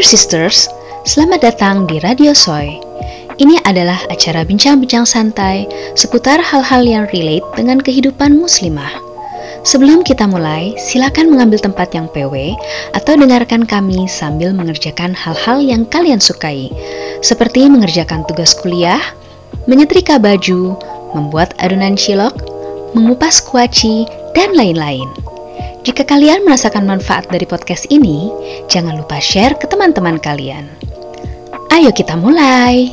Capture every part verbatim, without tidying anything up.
Sisters, selamat datang di Radio Soy. Ini adalah acara bincang-bincang santai seputar hal-hal yang relate dengan kehidupan muslimah. Sebelum kita mulai, silakan mengambil tempat yang P W atau dengarkan kami sambil mengerjakan hal-hal yang kalian sukai, seperti mengerjakan tugas kuliah, menyetrika baju, membuat adonan cilok, mengupas kuaci, dan lain-lain. Jika kalian merasakan manfaat dari podcast ini, jangan lupa share ke teman-teman kalian. Ayo kita mulai!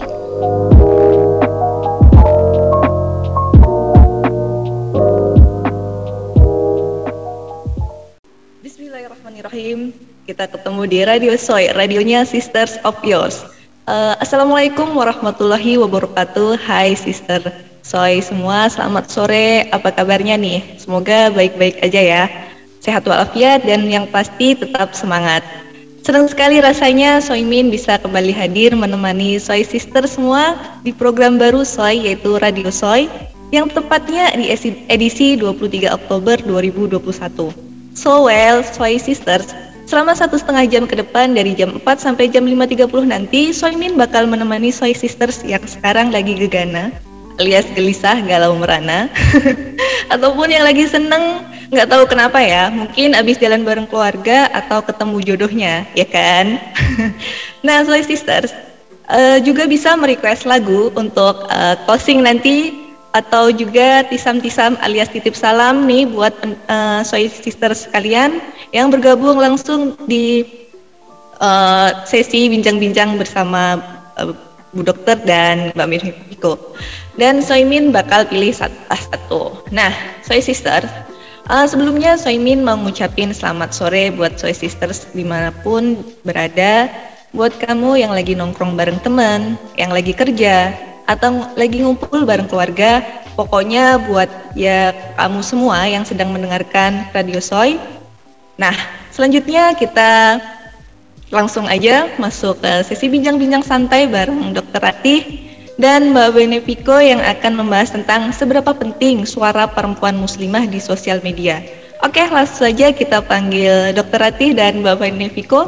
Bismillahirrahmanirrahim. Kita ketemu di Radio Soy, radionya Sisters of Yours. Uh, Assalamualaikum warahmatullahi wabarakatuh. Hai Sister Soy semua, selamat sore. Apa kabarnya nih? Semoga baik-baik aja ya. Sehat walafiat dan yang pasti tetap semangat. Senang sekali rasanya Soimin bisa kembali hadir menemani Soy Sister semua di program baru Soy, yaitu Radio Soy, yang tepatnya di edisi dua puluh tiga Oktober dua ribu dua puluh satu. So well, Soy Sisters, selama satu setengah jam ke depan dari jam empat sampai jam lima tiga puluh nanti, Soimin bakal menemani Soy Sisters yang sekarang lagi gegana, alias gelisah, galau merana, ataupun yang lagi seneng, nggak tahu kenapa ya, mungkin abis jalan bareng keluarga atau ketemu jodohnya, ya kan? Nah, Soy Sisters uh, juga bisa merequest lagu untuk uh, closing nanti, atau juga tisam-tisam alias titip salam nih buat uh, Soy Sisters sekalian yang bergabung langsung di uh, sesi bincang-bincang bersama uh, Bu Dokter dan Mbak Miko. Dan Soimin bakal pilih satu-satu. Nah, Soy Sisters, Uh, sebelumnya Soimin mau ngucapin selamat sore buat Soy Sisters dimanapun berada. Buat kamu yang lagi nongkrong bareng teman, yang lagi kerja, atau lagi ngumpul bareng keluarga. Pokoknya buat ya kamu semua yang sedang mendengarkan Radio Soy. Nah, selanjutnya kita langsung aja masuk ke sesi bincang-bincang santai bareng Dokter Ratih dan Mbak Benefiko yang akan membahas tentang seberapa penting suara perempuan muslimah di sosial media. Oke, langsung saja kita panggil Dokter Ratih dan Mbak Benefiko.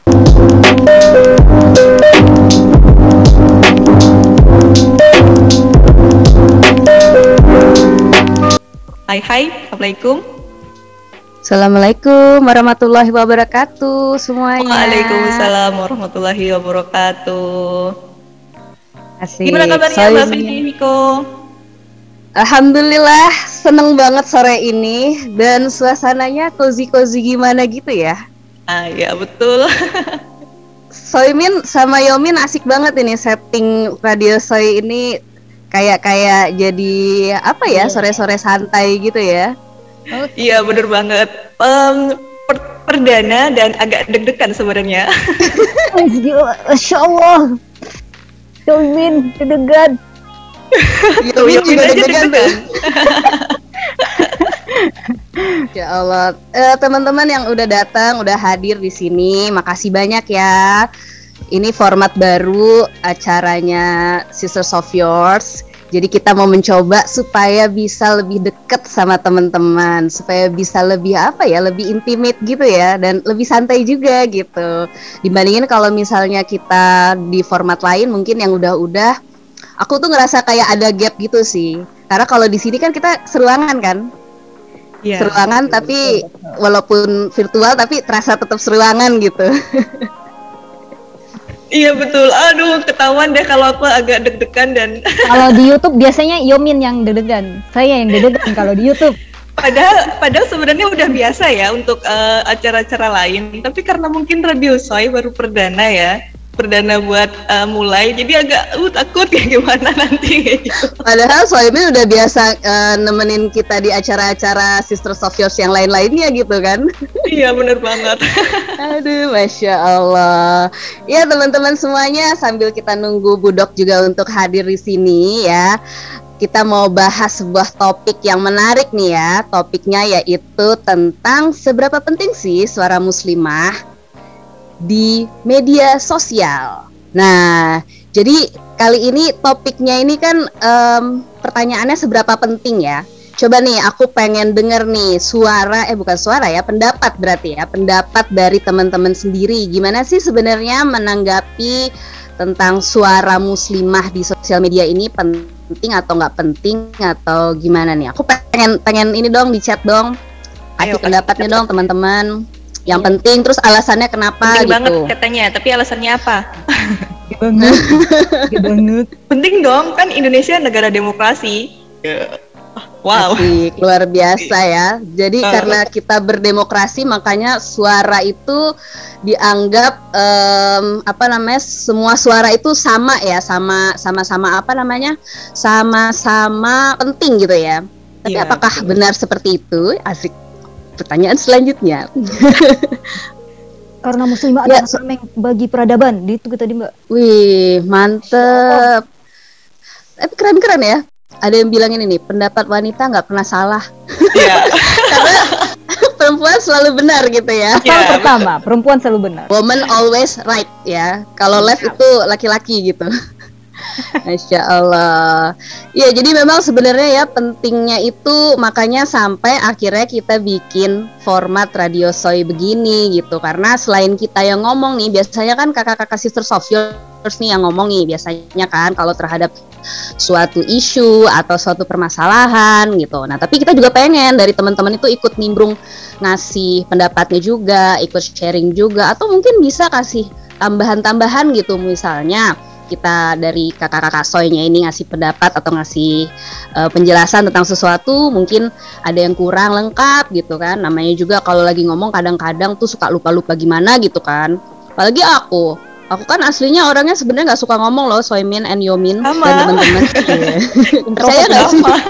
Hai hai, Assalamualaikum. Assalamualaikum warahmatullahi wabarakatuh semuanya. Waalaikumsalam warahmatullahi wabarakatuh. Asik. Gimana kabarnya Mbak Benefiko? Alhamdulillah, seneng banget sore ini dan suasananya cozy-cozy gimana gitu ya. Ah ya betul. Soimin sama Yomin asik banget ini setting Radio Soy ini kayak kayak jadi apa ya, sore-sore santai gitu ya. Iya bener banget. Um, per perdana dan agak deg-degan sebenarnya. Masya Allah. Yomin deg-degan. Yomin juga deg-degan tuh. Ya Allah, uh, teman-teman yang udah datang, udah hadir di sini, makasih banyak ya. Ini format baru acaranya Sisters of Yours. Jadi kita mau mencoba supaya bisa lebih deket sama teman-teman, supaya bisa lebih apa ya, lebih intimate gitu ya, dan lebih santai juga gitu. Dibandingin kalau misalnya kita di format lain mungkin yang udah-udah, aku tuh ngerasa kayak ada gap gitu sih. Karena kalau di sini kan kita seruangan kan, yeah, seruangan betul, tapi betul, betul. Walaupun virtual tapi terasa tetap seruangan gitu. Iya betul, aduh ketahuan deh kalau aku agak deg-degan dan kalau di YouTube biasanya Yomin yang deg-degan, saya yang deg-degan kalau di YouTube. Padahal, padahal sebenarnya udah biasa ya untuk uh, acara-acara lain, tapi karena mungkin Radio Soy baru perdana ya, perdana buat uh, mulai, jadi agak uh, takut ya gimana nanti gitu. Padahal Soimin udah biasa uh, nemenin kita di acara-acara Sisters of Yours yang lain-lainnya gitu kan. Iya bener banget. Aduh, Masya Allah. Ya teman-teman semuanya, sambil kita nunggu Budok juga untuk hadir di sini ya, kita mau bahas sebuah topik yang menarik nih ya. Topiknya yaitu tentang seberapa penting sih suara muslimah di media sosial. Nah, jadi kali ini topiknya ini kan um, pertanyaannya seberapa penting ya. coba nih aku pengen denger nih suara eh bukan suara ya, pendapat berarti ya, pendapat dari teman-teman sendiri. Gimana sih sebenarnya menanggapi tentang suara muslimah di sosial media ini, penting atau nggak penting atau gimana nih? Aku pengen pengen ini dong di chat dong. Kasih pendapatnya dong teman-teman. Yang penting terus alasannya kenapa penting gitu. banget katanya, tapi alasannya apa? banget banget Penting dong, kan Indonesia negara demokrasi. Yeah. Wow. Asik, luar biasa ya. Jadi Uh. karena kita berdemokrasi makanya suara itu dianggap em, apa namanya, semua suara itu sama ya, sama sama-sama apa namanya, sama-sama penting gitu ya. Tapi Iya, apakah betul. benar seperti itu? Asik. Pertanyaan selanjutnya. karena muslimah Ya. adalah tameng bagi peradaban itu tadi Mbak. Wih, mantep. Tapi keren-keren ya. Ada yang bilang ini nih, pendapat wanita nggak pernah salah. Iya. Karena perempuan selalu benar gitu ya. Iya, Hal pertama, perempuan selalu benar. Woman always right ya. Kalau left itu laki-laki gitu. Masya Allah. Ya jadi memang sebenarnya ya pentingnya itu makanya sampai akhirnya kita bikin format Radio Soy begini gitu. Karena selain kita yang ngomong nih, biasanya kan kakak-kakak sister of yours nih yang ngomong nih biasanya kan kalau terhadap suatu isu atau suatu permasalahan gitu. Nah tapi kita juga pengen dari teman-teman itu ikut nimbrung, ngasih pendapatnya juga, ikut sharing juga, atau mungkin bisa kasih tambahan-tambahan gitu. Misalnya kita dari kakak-kakak soynya ini ngasih pendapat atau ngasih uh, penjelasan tentang sesuatu, mungkin ada yang kurang lengkap gitu kan. Namanya juga kalau lagi ngomong kadang-kadang tuh suka lupa-lupa gimana gitu kan. Apalagi aku Aku kan aslinya orangnya sebenarnya nggak suka ngomong loh, Soymin and Yomin Sama. dan teman-teman. Saya nggak sih? Sama.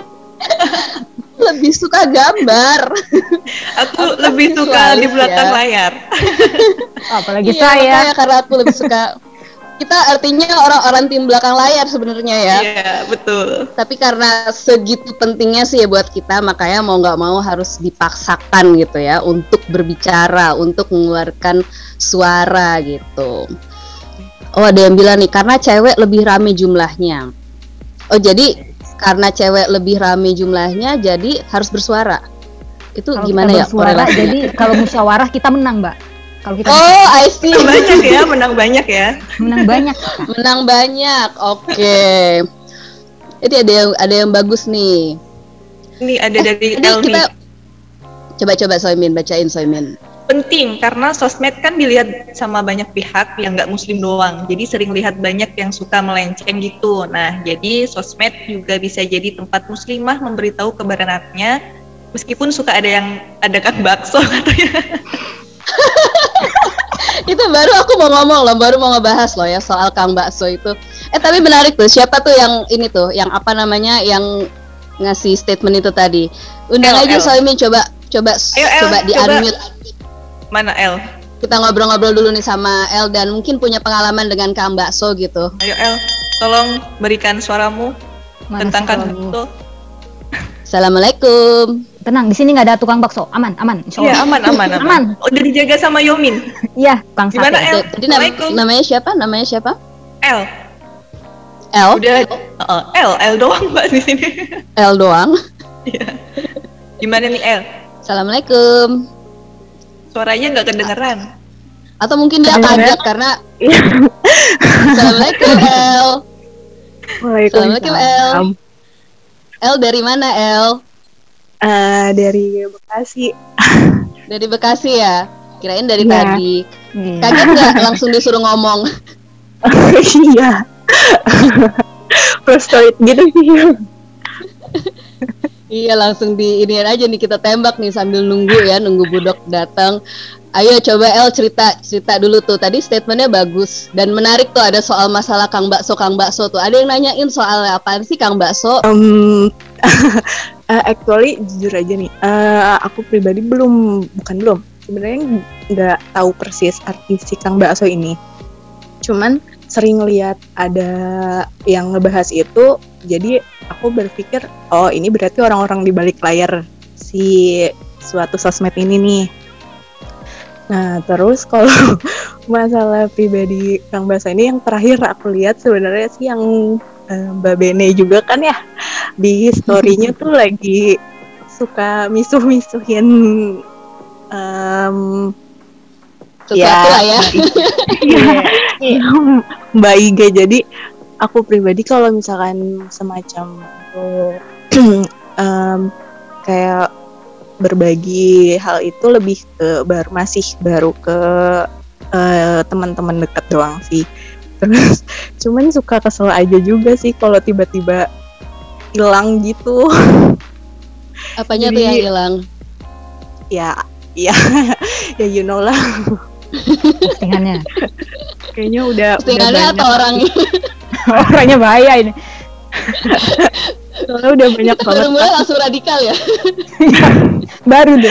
Lebih suka gambar. Aku Aku lebih kan suka di visualis belakang ya. layar. Apalagi Iya, saya. makanya karena aku lebih suka. Kita artinya orang-orang tim belakang layar sebenarnya ya. Iya, betul. Tapi karena segitu pentingnya sih ya buat kita, makanya mau nggak mau harus dipaksakan gitu ya untuk berbicara, untuk mengeluarkan suara gitu. Oh ada yang bilang nih, karena cewek lebih rame jumlahnya. Oh jadi karena cewek lebih rame jumlahnya, jadi harus bersuara. Itu Kalau gimana kita ya bersuara, korelasinya? jadi kalau musyawarah kita menang, Mbak. Kalau kita Oh I see. Menang banyak ya, menang banyak ya. menang banyak. Menang banyak, oke. Jadi ada yang ada yang bagus nih. Ini ada dari Jadi Elmi. kita coba-coba Soymin, bacain Soymin. Penting karena sosmed kan dilihat sama banyak pihak yang nggak muslim doang. Jadi sering lihat banyak yang suka melenceng gitu. Nah, jadi sosmed juga bisa jadi tempat muslimah memberitahu kebenarannya, meskipun suka ada yang ada kang bakso katanya. Itu baru aku mau ngomong loh, baru mau ngebahas loh ya soal Kang Bakso itu. Eh tapi menarik tuh, siapa tuh yang ini tuh, yang apa namanya, yang ngasih statement itu tadi. Undang El, aja El. Soymin, coba coba Ayo, El, coba di coba. unmute. Mana El? Kita ngobrol-ngobrol dulu nih sama El dan mungkin punya pengalaman dengan Kang Bakso gitu. Ayo El, tolong berikan suaramu Mana tentang kang suaramu? bakso. Assalamualaikum. Tenang, di sini nggak ada tukang bakso. Aman, aman. Insya Iya, Allah. aman, aman, aman. Aman. Udah dijaga sama Yomin. Iya, Kang Gimana, Sate. El? Jadi nam- Assalamualaikum. namanya siapa? Namanya siapa? El, El. udah uh, El, El doang Mbak di sini. El doang. Iya. Gimana nih El? Assalamualaikum. Suaranya nggak kedengeran. Atau mungkin dia Kedengeran? kaget karena Assalamualaikum El. Assalamualaikum El. El dari mana El? Eh, dari Bekasi. Dari Bekasi ya? Kirain dari Iya. tadi. Iya. Kaget nggak langsung disuruh ngomong? Iya. Prostoid gitu sih. Iya langsung di ini aja nih, kita tembak nih sambil nunggu ya, nunggu budok datang. Ayo coba El cerita cerita dulu tuh. Tadi statementnya bagus dan menarik tuh, ada soal masalah Kang Bakso Kang Bakso tuh. Ada yang nanyain soal apaan sih Kang Bakso? Um, uh, actually jujur aja nih, uh, aku pribadi belum, bukan belum, sebenarnya nggak tahu persis arti si Kang Bakso ini. Cuman sering lihat ada yang ngebahas itu, jadi aku berpikir, oh ini berarti orang-orang di balik layar si suatu sosmed ini nih. Nah terus kalau masalah pribadi Kang Bakso ini, yang terakhir aku lihat sebenarnya sih yang uh, Mbak Bene juga kan ya di story-nya tuh lagi suka misuh-misuhin um, Sesuatu lah ya. ya Mbak Iga. Jadi aku pribadi kalau misalkan semacam um, kayak berbagi hal itu lebih ke baru masih baru ke uh, teman-teman dekat doang sih. Terus cuman suka kesel aja juga sih kalau tiba-tiba hilang gitu. Apanya Jadi, tuh yang hilang? Ya, ya, ya you know lah. Postingannya. Kayaknya udah. Postingannya udah atau orangnya? Orangnya bahaya ini. Soalnya udah banyak Kita banget. baru mulai langsung radikal ya. Baru deh.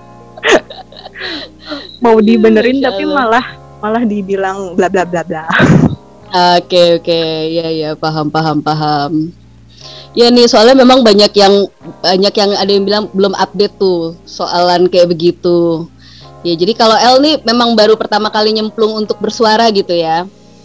Mau dibenerin Masya tapi Allah. malah malah dibilang bla bla bla bla. Oke oke, ya ya paham paham paham. Ya nih soalnya memang banyak yang banyak yang ada yang bilang belum update tuh soalan kayak begitu. Ya jadi kalau El nih memang baru pertama kali nyemplung untuk bersuara gitu ya.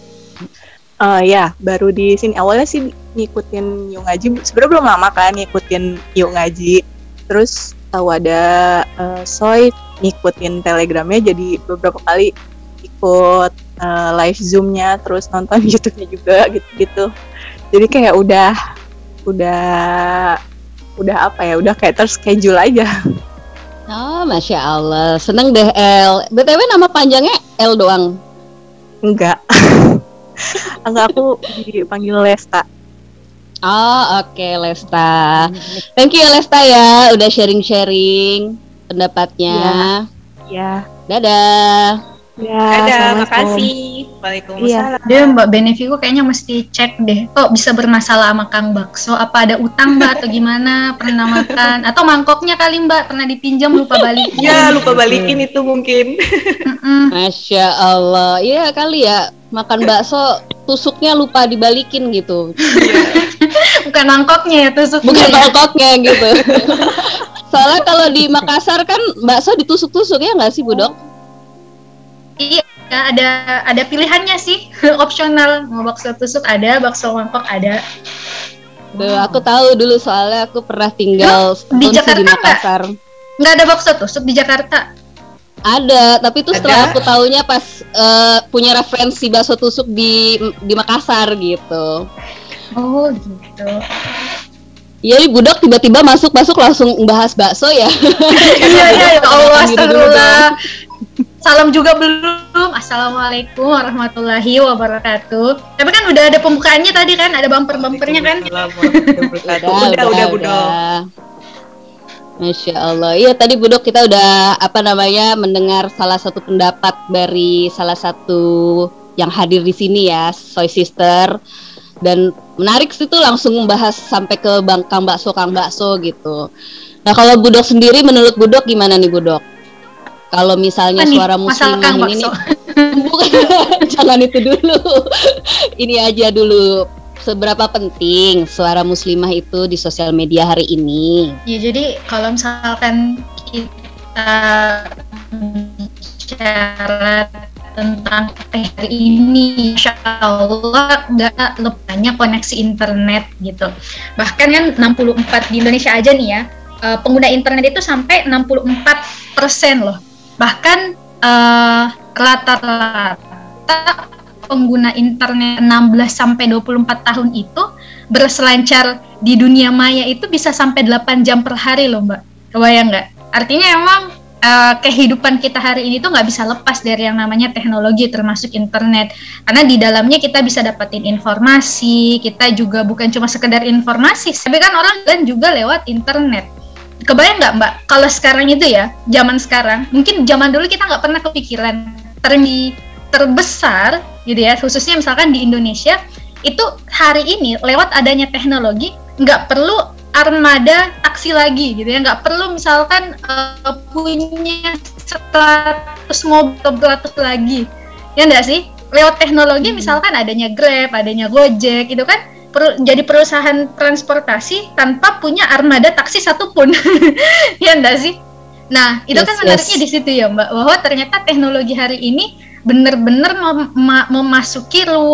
Uh, ya baru di sini awalnya sih ngikutin Yuk Ngaji. Sebenarnya belum lama kan ngikutin Yuk Ngaji. Terus tahu ada uh, Soy, ngikutin Telegramnya, jadi beberapa kali ikut uh, live Zoom-nya, terus nonton YouTube-nya juga gitu-gitu. Jadi kayak udah udah udah apa ya, udah kayak terschedule aja. Oh masya Allah, seneng deh El. B T W nama panjangnya El doang? Enggak. Enggak, aku dipanggil Lesta. Oh oke okay, Lesta. Thank you Lesta ya, udah sharing-sharing pendapatnya. Ya. Dadah. Ya, Ada, makasih. Waalaikumsalam. Dia Mbak Benevico kayaknya mesti cek deh, kok bisa bermasalah sama Kang Bakso, apa ada utang Mbak atau gimana, pernah makan, atau mangkoknya kali Mbak, pernah dipinjam lupa balikin. Ya, lupa balikin itu mungkin. Mm-mm. Masya Allah, iya kali ya, makan bakso tusuknya lupa dibalikin gitu. Bukan mangkoknya ya, tusuknya. Bukan ya. mangkoknya gitu. Soalnya kalau di Makassar kan bakso ditusuk-tusuk ya nggak sih Budok? Iya, ada ada pilihannya sih, opsional. Mau bakso tusuk ada, bakso mangkok ada. Tuh, aku tahu dulu soalnya aku pernah tinggal Loh, di setahun sih Jakarta di nggak? Makassar. Nggak ada bakso tusuk di Jakarta. Ada, tapi itu setelah Ada. aku taunya pas eh, punya referensi bakso tusuk di di Makassar gitu. Oh gitu. Iya, Budok tiba-tiba masuk-masuk langsung bahas bakso ya. Iya iya ya Allah, Diri dulu astagfirullah. Salam juga belum. Assalamualaikum warahmatullahi wabarakatuh. Tapi kan udah ada pembukaannya tadi kan, ada bumper-bumpernya kan. Waalaikumsalam. Udah, udah, udah. Masya Allah. Iya tadi Budok kita udah apa namanya mendengar salah satu pendapat dari salah satu yang hadir di sini ya, Soy Sister. Dan menarik sih tuh langsung membahas sampai ke Bang Kang Bakso, Kang Bakso gitu. Nah kalau Budok sendiri, menurut Budok gimana nih Budok? Kalau misalnya Apa nih, suara masalah muslimah Kang ini nih, Bakso? bukan, jangan itu dulu. Ini aja dulu. Seberapa penting suara muslimah itu di sosial media hari ini? Ya jadi kalau misalkan kita bicara tentang hari ini, insya Allah nggak lebih koneksi internet gitu. Bahkan kan enam puluh empat di Indonesia aja nih ya, uh, pengguna internet itu sampai enam puluh empat persen loh. Bahkan uh, rata-rata pengguna internet enam belas sampai dua puluh empat tahun itu berselancar di dunia maya itu bisa sampai delapan jam per hari loh Mbak. Kebayang nggak? Artinya emang uh, kehidupan kita hari ini tuh nggak bisa lepas dari yang namanya teknologi termasuk internet. Karena di dalamnya kita bisa dapetin informasi, kita juga bukan cuma sekedar informasi, tapi kan orang kan juga lewat internet. Kebayang nggak Mbak, kalau sekarang itu ya, zaman sekarang, mungkin zaman dulu kita nggak pernah kepikiran termi terbesar gitu ya, khususnya misalkan di Indonesia, itu hari ini lewat adanya teknologi, nggak perlu armada taksi lagi gitu ya, nggak perlu misalkan uh, punya seratus mobil beratus lagi, ya nggak sih? Lewat teknologi misalkan adanya Grab, adanya Gojek gitu kan, per, jadi perusahaan transportasi tanpa punya armada taksi satupun, ya nggak sih? Nah itu Yes, kan menariknya yes. di situ ya Mbak, bahwa ternyata teknologi hari ini benar-benar mem- ma- memasuki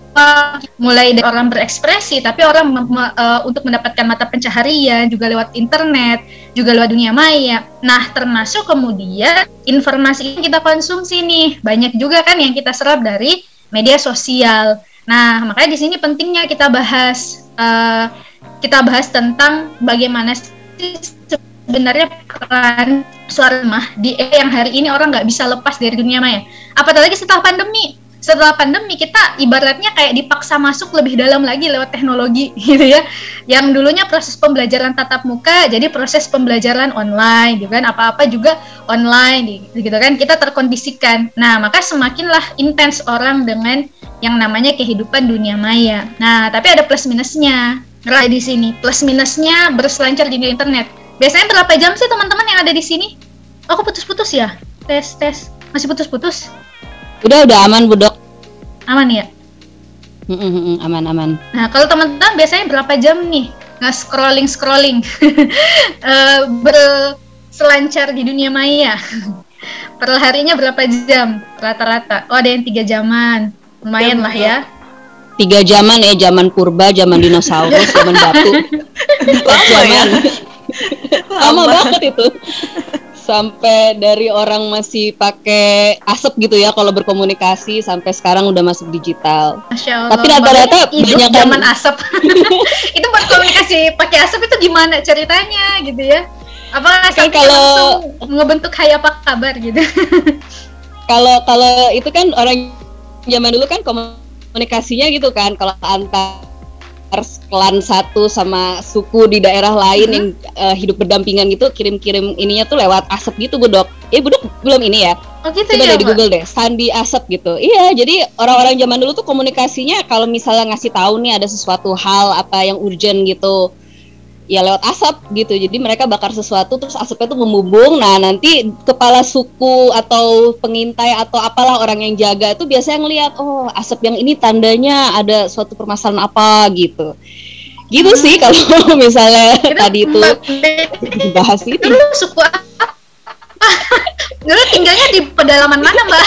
mulai dari orang berekspresi, tapi orang mem- uh, untuk mendapatkan mata pencaharian juga lewat internet, juga lewat dunia maya. Nah, termasuk kemudian informasi yang kita konsumsi nih, banyak juga kan yang kita serap dari media sosial. Nah, makanya di sini pentingnya kita bahas uh, kita bahas tentang bagaimana sih sebenarnya peran suara lemah di era yang hari ini orang nggak bisa lepas dari dunia maya. Apalagi setelah pandemi. Setelah pandemi kita ibaratnya kayak dipaksa masuk lebih dalam lagi lewat teknologi gitu ya. Yang dulunya proses pembelajaran tatap muka jadi proses pembelajaran online gitu kan, apa-apa juga online gitu kan. Kita terkondisikan. Nah, maka semakinlah intens orang dengan yang namanya kehidupan dunia maya. Nah, tapi ada plus minusnya. Nah, di sini plus minusnya berselancar di dunia internet. Biasanya berapa jam sih teman-teman yang ada di sini? Aku putus-putus ya? Tes tes. Masih putus-putus? Udah udah aman Bu Dok. Aman ya? Mm-mm, aman aman. Nah, kalau teman-teman biasanya berapa jam nih nggak scrolling scrolling uh, berselancar di dunia maya? Per harinya berapa jam rata-rata? Oh, ada yang tiga jaman, lumayan lah ya. Tiga jaman ya, zaman purba, zaman dinosaurus, zaman batu. Empat jaman. Lama banget itu. Sampai dari orang masih pakai asap gitu ya kalau berkomunikasi, sampai sekarang udah masuk digital. Masya Allah. Tapi rata-rata banyak zaman asap. Itu berkomunikasi pakai asap itu gimana ceritanya gitu ya? Apa kan kalau ngebentuk hai apa kabar gitu? Kalau kalau itu kan orang zaman dulu kan komunikasinya gitu kan, kalau antar klan satu sama suku di daerah lain mm-hmm. yang uh, hidup berdampingan gitu, kirim-kirim ininya tuh lewat asap gitu Bu Dok. Eh Bu Dok belum ini ya? Oh gitu. Coba ya, deh di Google deh, sandi asap gitu. Iya, jadi orang-orang zaman dulu tuh komunikasinya kalau misalnya ngasih tahu nih ada sesuatu hal apa yang urgent gitu, ya lewat asap gitu. Jadi mereka bakar sesuatu terus asapnya tuh membumbung. Nah, nanti kepala suku atau pengintai atau apalah orang yang jaga itu biasanya ngelihat, oh asap yang ini tandanya ada suatu permasalahan apa gitu. Gitu hmm. sih kalau misalnya itu tadi itu bahas itu. Dulu suku apa? Dulu tinggalnya di pedalaman mana, Mbak?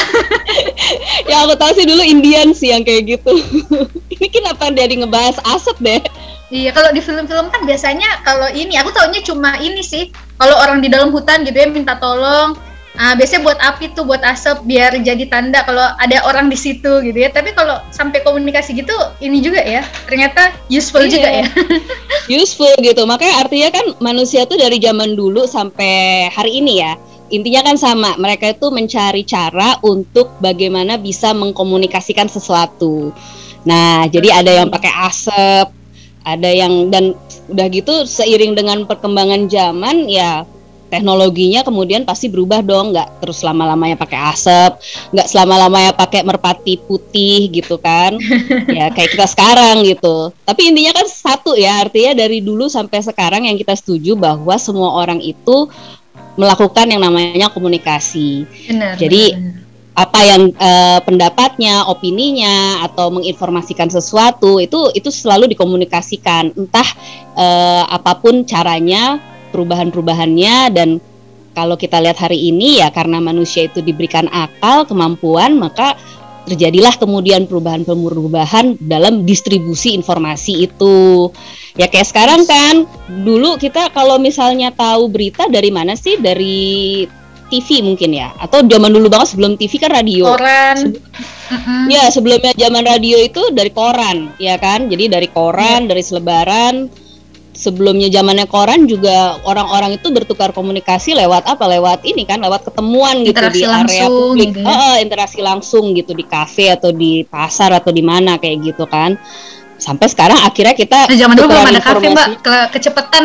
Ya aku tahu sih dulu Indian sih yang kayak gitu. Ini kenapa jadi ngebahas asap deh? Iya, kalau di film-film kan biasanya kalau ini, aku taunya cuma ini sih. Kalau orang di dalam hutan gitu ya minta tolong, ah, biasanya buat api tuh, buat asap biar jadi tanda kalau ada orang di situ gitu ya. Tapi kalau sampai komunikasi gitu, ini juga ya, ternyata useful iya. juga ya. Useful gitu, makanya artinya kan manusia tuh dari zaman dulu sampai hari ini ya, intinya kan sama, mereka itu mencari cara untuk bagaimana bisa mengkomunikasikan sesuatu. Nah, jadi ada yang pakai asap, ada yang, dan udah gitu seiring dengan perkembangan zaman ya teknologinya kemudian pasti berubah dong, nggak terus lama-lamanya pakai asap, nggak selama-lamanya pakai merpati putih gitu kan. Ya kayak kita sekarang gitu. Tapi intinya kan satu ya, artinya dari dulu sampai sekarang yang kita setuju bahwa semua orang itu melakukan yang namanya komunikasi. Benar, jadi benar. Apa yang uh, pendapatnya, opininya, atau menginformasikan sesuatu itu itu selalu dikomunikasikan, entah uh, apapun caranya, perubahan-perubahannya. Dan kalau kita lihat hari ini ya karena manusia itu diberikan akal, kemampuan, maka terjadilah kemudian perubahan-perubahan dalam distribusi informasi itu. Ya kayak sekarang kan, dulu kita kalau misalnya tahu berita dari mana sih? Dari T V mungkin ya, atau zaman dulu banget sebelum T V kan radio. Koran. Se- uh-huh. Ya sebelumnya zaman radio itu dari koran, ya kan. Jadi dari koran, yeah. dari selebaran. Sebelumnya zamannya koran juga orang-orang itu bertukar komunikasi lewat apa? Lewat ini kan, lewat ketemuan gitu interaksi di area publik. Gitu ya? oh, interaksi langsung gitu di kafe atau di pasar atau di mana kayak gitu kan. Sampai sekarang akhirnya kita nah, zaman dulu belum ada kafe Mbak, ke- kecepatan.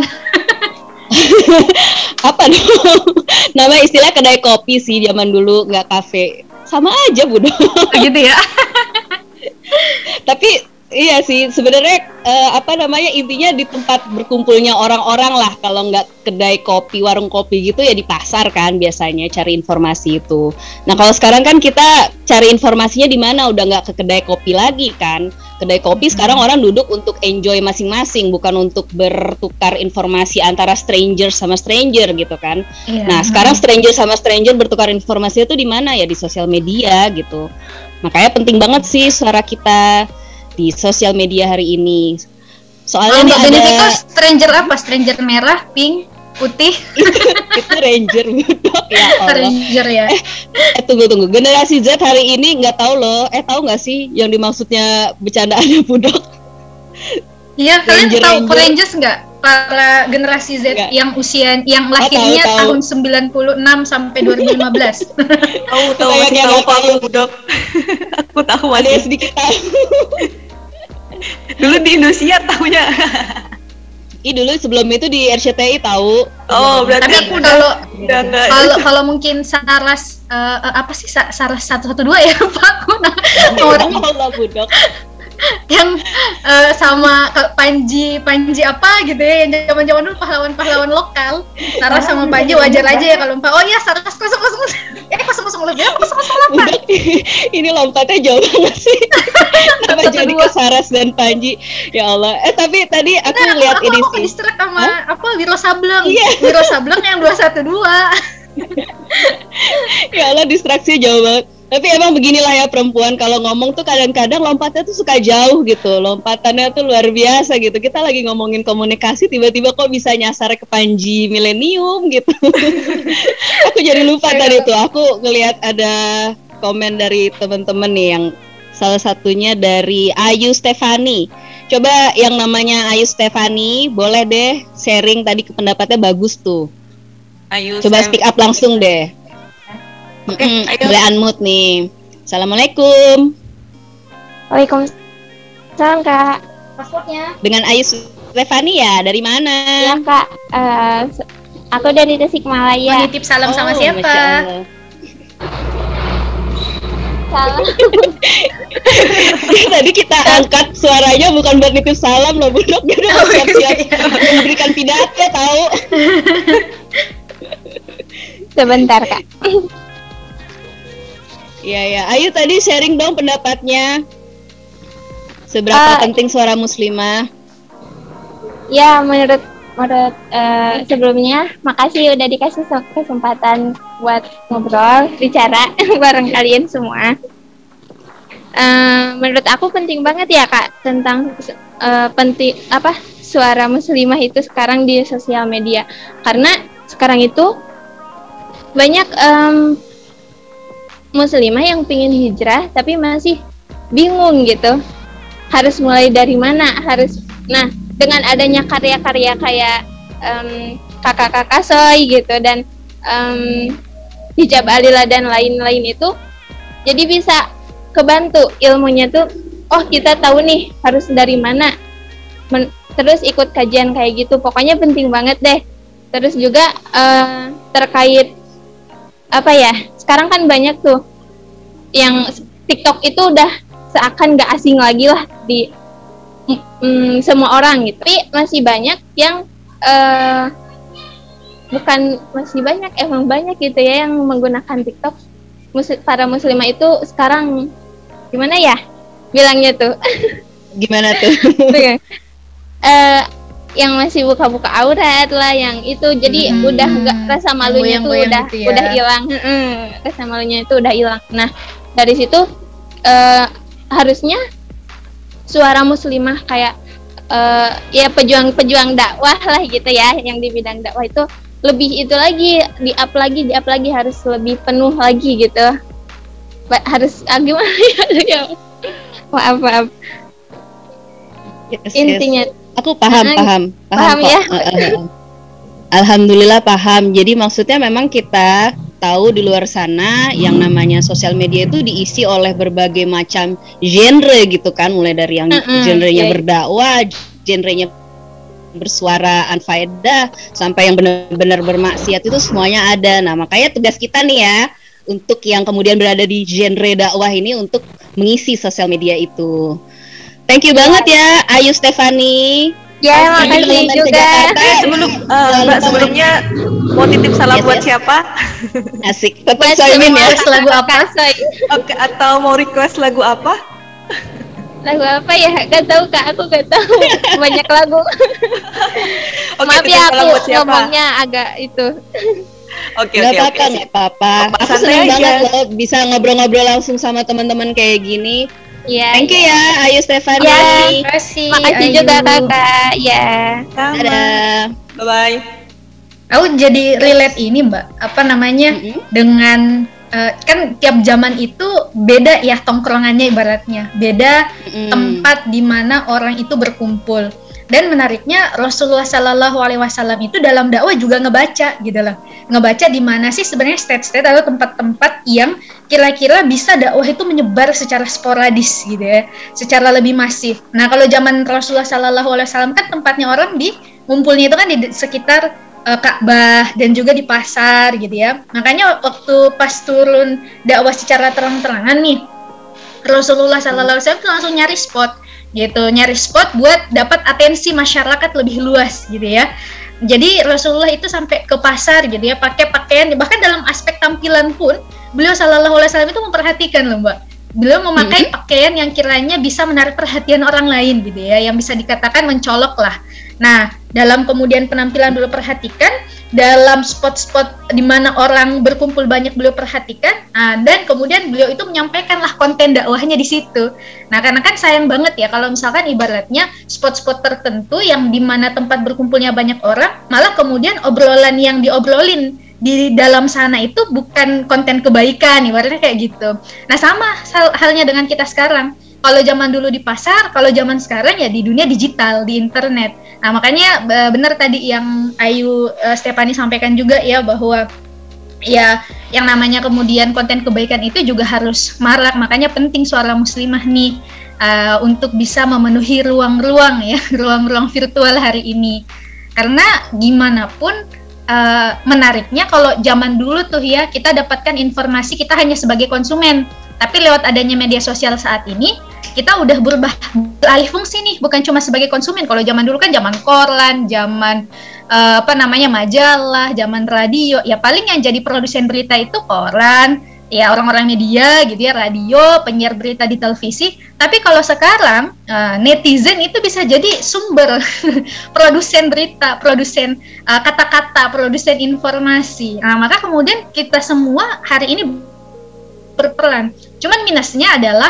Apa dong? Nama istilah kedai kopi sih zaman dulu, nggak kafe. Sama aja Bu Dok. Gitu ya. Tapi iya sih sebenarnya uh, apa namanya intinya di tempat berkumpulnya orang-orang lah. Kalau nggak kedai kopi, warung kopi gitu ya di pasar kan biasanya cari informasi itu. Nah kalau sekarang kan kita cari informasinya di mana? Udah nggak ke kedai kopi lagi kan. Kedai kopi sekarang orang duduk untuk enjoy masing-masing, bukan untuk bertukar informasi antara stranger sama stranger gitu kan. Iya. Nah sekarang stranger sama stranger bertukar informasi itu di mana ya? Di sosial media gitu. Makanya penting banget sih suara kita di sosial media hari ini. Oh, Soalnya nih Mbak ada Benedict itu stranger apa? Stranger merah, pink, putih? itu ranger budok ya Allah. Stranger ya. Eh, eh tunggu tunggu. Generasi Z hari ini nggak tahu loh. Eh tahu nggak sih yang dimaksudnya bercandaannya budok? Iya, kalian Ranger, tahu Ranger. Rangers nggak? Para generasi Z Nggak. yang usia yang Oh, lahirnya tahu, tahu. tahun sembilan puluh enam sampai dua ribu lima belas. Tahu tahu Kayak masih yang tahu nggak kok aku tahu. budok. Aku tahu Ada masih. sedikit tahu. Dulu di Indosiar tahunya. Ih dulu sebelum itu di R C T I tahu. Oh, berarti Tapi aku udah kalau udah enggak. kalau kalau mungkin Saras eh, eh, apa sih Sa- Saras satu satu dua ya Pak? Aku na- nomornya Allah budok. yang eh, sama ke- Panji Panji apa gitu ya yang zaman-zaman dulu pahlawan-pahlawan lokal. Saras sama Panji wajar aja ya kalau Pak. Oh iya Saras kosong kosong eh kosong kosong lebih apa kosong kosong delapan. Budok. Ini lompatnya jauh banget sih. Kenapa Satu, jadi dua. ke Saras dan Panji? Ya Allah. Eh tapi tadi aku Nah, lihat aku, ini aku sih. distract sama apa Wiro Sableng. Iya. Wiro Sableng yang dua satu dua. Ya Allah distraksi jauh banget. Tapi emang beginilah ya perempuan kalau ngomong tuh kadang-kadang lompatnya tuh suka jauh gitu. Lompatannya tuh luar biasa gitu. Kita lagi ngomongin komunikasi tiba-tiba kok bisa nyasar ke Panji milenium gitu. Aku jadi lupa tadi tuh. Aku ngelihat ada komen dari teman-teman nih yang salah satunya dari Ayu Stefani. Coba yang namanya Ayu Stefani boleh deh sharing tadi ke pendapatnya bagus tuh. Ayo. Coba Sam. speak up langsung deh. Oke, Mm-mm, ayo. boleh unmute nih. Assalamualaikum. Waalaikumsalam kak. Pasportnya. Dengan Ayu Stefani ya, dari mana? Ya kak, Eh, s- aku dari Tasikmalaya. Menitip salam sama Oh, siapa? Masya Allah. Salam. Tadi kita angkat suaranya bukan buat nitip salam loh, Budok. Dia udah Oh, siap-siap iya. memberikan pidato tahu. Sebentar kak. Iya ya, Ayu tadi sharing dong pendapatnya. Seberapa Ah. penting suara muslimah? Ya menurut menurut eh, sebelumnya makasih udah dikasih se- kesempatan buat ngobrol bicara bareng kalian semua. Eh, menurut aku penting banget ya kak tentang eh, penting apa suara muslimah itu sekarang di sosial media karena sekarang itu banyak em, muslimah yang pingin hijrah tapi masih bingung gitu harus mulai dari mana harus nah dengan adanya karya-karya kayak em, kakak-kakak Soy gitu dan em, hijab alila dan lain-lain itu jadi bisa kebantu ilmunya tuh oh kita tahu nih harus dari mana Men- terus ikut kajian kayak gitu pokoknya penting banget deh terus juga eh, terkait apa ya sekarang kan banyak tuh yang TikTok itu udah seakan gak asing lagi lah di mm, semua orang gitu tapi masih banyak yang eh, bukan masih banyak emang banyak gitu ya yang menggunakan TikTok Mus- para muslimah itu sekarang gimana ya bilangnya tuh Gimana tuh? eh yang masih buka-buka aurat lah yang itu jadi Hmm, udah nggak rasa malunya tuh goyang-goyang udah gitu ya. udah hilang Mm-mm, rasa malunya itu udah hilang nah dari situ eh, harusnya suara muslimah kayak eh, ya pejuang-pejuang dakwah lah gitu ya yang di bidang dakwah itu lebih itu lagi di up lagi di up lagi harus lebih penuh lagi gitu Ba- harus ah, gimana ya maaf maaf Yes, yes. intinya Aku paham, Ah, paham, paham kok. ya? Eh, eh, eh. Alhamdulillah paham. Jadi maksudnya memang kita tahu di luar sana yang namanya sosial media itu diisi oleh berbagai macam genre gitu kan, mulai dari yang Mm-mm, genrenya iya. berdakwah, genrenya bersuara anfaedah, sampai yang benar-benar bermaksiat itu semuanya ada. Nah makanya tugas kita nih ya untuk yang kemudian berada di genre dakwah ini untuk mengisi sosial media itu. Thank you banget ya Ayu Stefani. ya Pasti makasih teman-teman ke juga Jakarta. Eh, sebelum eh, Selalu Mbak teman- sebelumnya mau titip salam Yes, buat yes. siapa? Asik. Tetap Buat Soimin ya. Request lagu apa? Kak Soy. Oke, atau mau request lagu apa? Lagu apa ya? Gak tahu kak, aku gak tahu. Banyak lagu. Oke, Maaf titip ya salam aku buat siapa? ngomongnya agak itu. Oke, Gak oke, apa-apa, oke. gak apa-apa. Apa, Aku santai seneng aja. banget loh bisa ngobrol-ngobrol langsung sama teman-teman kayak gini. Ya. Thank you ya, Ayu Stefani. Ya. Terima kasih. Makasih Ayu. juga kakak. Ya. Sama. Dadah. Bye-bye. Aku jadi relate ini Mbak, apa namanya, Mm-mm. dengan uh, kan tiap zaman itu beda ya tongkrongannya ibaratnya, beda Mm-mm. tempat di mana orang itu berkumpul. Dan menariknya Rasulullah Shallallahu Alaihi Wasallam itu dalam dakwah juga ngebaca gitu loh, ngebaca di mana sih sebenarnya state-state atau tempat-tempat yang kira-kira bisa dakwah itu menyebar secara sporadis gitu ya, secara lebih masif. Nah kalau zaman Rasulullah Shallallahu Alaihi Wasallam kan tempatnya orang di ngumpulnya itu kan di sekitar uh, Ka'bah dan juga di pasar gitu ya. Makanya waktu pas turun dakwah secara terang-terangan nih, Rasulullah Shallallahu Alaihi Wasallam tuh langsung nyari spot gitu, nyari spot buat dapat atensi masyarakat lebih luas gitu ya. Jadi Rasulullah itu sampai ke pasar gitu ya, pakai pakaian, bahkan dalam aspek tampilan pun beliau Shallallahu Alaihi Wasallam itu memperhatikan loh Mbak. Beliau memakai mm-hmm. pakaian yang kiranya bisa menarik perhatian orang lain gitu ya, yang bisa dikatakan mencolok lah. Nah, dalam kemudian penampilan beliau perhatikan, dalam spot-spot di mana orang berkumpul banyak beliau perhatikan, nah, dan kemudian beliau itu menyampaikanlah konten dakwahnya di situ. Nah, karena kan sayang banget ya kalau misalkan ibaratnya spot-spot tertentu yang di mana tempat berkumpulnya banyak orang, malah kemudian obrolan yang diobrolin di dalam sana itu bukan konten kebaikan, ibaratnya kayak gitu. Nah, sama halnya dengan kita sekarang. Kalau zaman dulu di pasar, kalau zaman sekarang ya di dunia digital, di internet. Nah, makanya benar tadi yang Ayu uh, Stefani sampaikan juga ya, bahwa ya yang namanya kemudian konten kebaikan itu juga harus marak. Makanya penting suara muslimah nih uh, untuk bisa memenuhi ruang-ruang ya, ruang-ruang virtual hari ini. Karena gimana pun uh, menariknya kalau zaman dulu tuh ya, kita dapatkan informasi kita hanya sebagai konsumen. Tapi lewat adanya media sosial saat ini, kita udah berubah beralih fungsi nih, bukan cuma sebagai konsumen. Kalau zaman dulu kan zaman koran, zaman uh, apa namanya majalah, zaman radio, ya paling yang jadi produsen berita itu koran, ya orang-orang media gitu ya, radio, penyiar berita di televisi. Tapi kalau sekarang uh, netizen itu bisa jadi sumber produsen berita, produsen uh, kata-kata, produsen informasi. Nah, maka kemudian kita semua hari ini berperan. Cuman minusnya adalah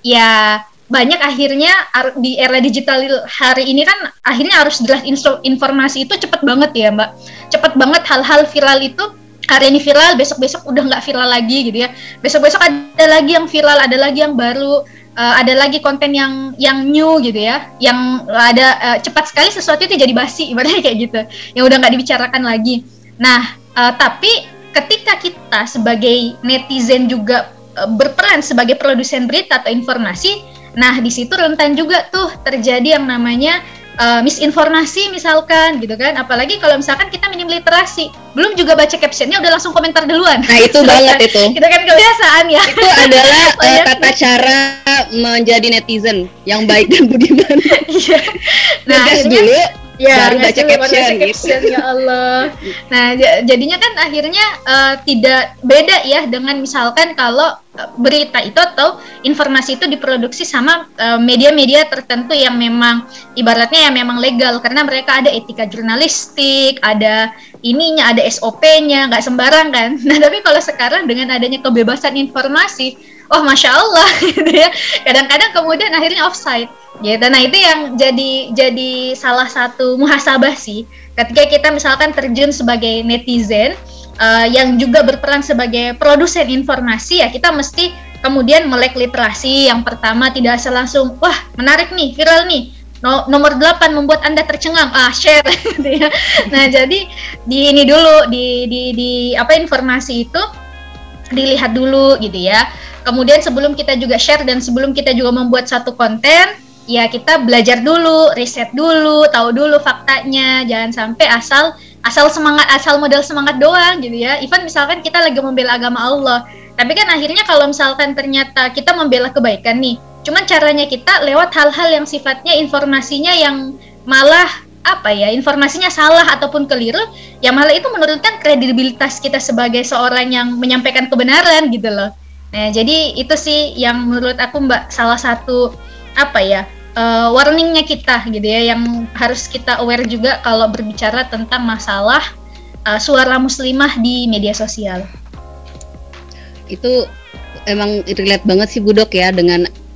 ya banyak akhirnya di era digital hari ini kan akhirnya harus jelas informasi itu cepet banget ya Mbak, cepet banget hal-hal viral itu hari ini viral, besok-besok udah nggak viral lagi gitu ya, besok-besok ada lagi yang viral, ada lagi yang baru, uh, ada lagi konten yang yang new gitu ya, yang ada uh, cepat sekali sesuatu itu jadi basi ibaratnya kayak gitu, yang udah nggak dibicarakan lagi. Nah uh, tapi ketika kita sebagai netizen juga berperan sebagai produsen berita atau informasi, nah di situ rentan juga tuh terjadi yang namanya uh, misinformasi misalkan gitu kan, apalagi kalau misalkan kita minim literasi, belum juga baca captionnya udah langsung komentar duluan. Nah itu banget itu. Kita kan kebiasaan ya. Itu adalah uh, tata cara menjadi netizen yang baik dan budiman. Iya. Nah akhirnya dulu ya, baru baca caption, baca caption gitu. Ya Allah. Nah j- jadinya kan akhirnya uh, tidak beda ya dengan misalkan kalau uh, berita itu atau informasi itu diproduksi sama uh, media-media tertentu yang memang ibaratnya yang memang legal, karena mereka ada etika jurnalistik, ada ininya, ada S O P-nya, nggak sembarang kan. Nah tapi kalau sekarang dengan adanya kebebasan informasi, wah masya Allah gitu ya, kadang-kadang kemudian akhirnya offside gitu. Nah itu yang jadi jadi salah satu muhasabah sih ketika kita misalkan terjun sebagai netizen uh, yang juga berperan sebagai produsen informasi, ya kita mesti kemudian melek literasi. Yang pertama, tidak asal langsung wah menarik nih, viral nih, no, nomor delapan membuat Anda tercengang, ah share gitu ya. Nah jadi di ini dulu di di di apa informasi itu dilihat dulu gitu ya. Kemudian sebelum kita juga share dan sebelum kita juga membuat satu konten, ya kita belajar dulu, riset dulu, tahu dulu faktanya. Jangan sampai asal asal semangat, asal modal semangat doang gitu ya. Even misalkan kita lagi membela agama Allah, tapi kan akhirnya kalau misalkan ternyata kita membela kebaikan nih, cuman caranya kita lewat hal-hal yang sifatnya informasinya yang malah apa ya, informasinya salah ataupun keliru, ya malah itu menurunkan kredibilitas kita sebagai seorang yang menyampaikan kebenaran gitu loh. Nah, jadi itu sih yang menurut aku Mbak salah satu apa ya uh, warningnya kita gitu ya, yang harus kita aware juga kalau berbicara tentang masalah uh, suara muslimah di media sosial. Itu emang relate banget sih Budok ya dengan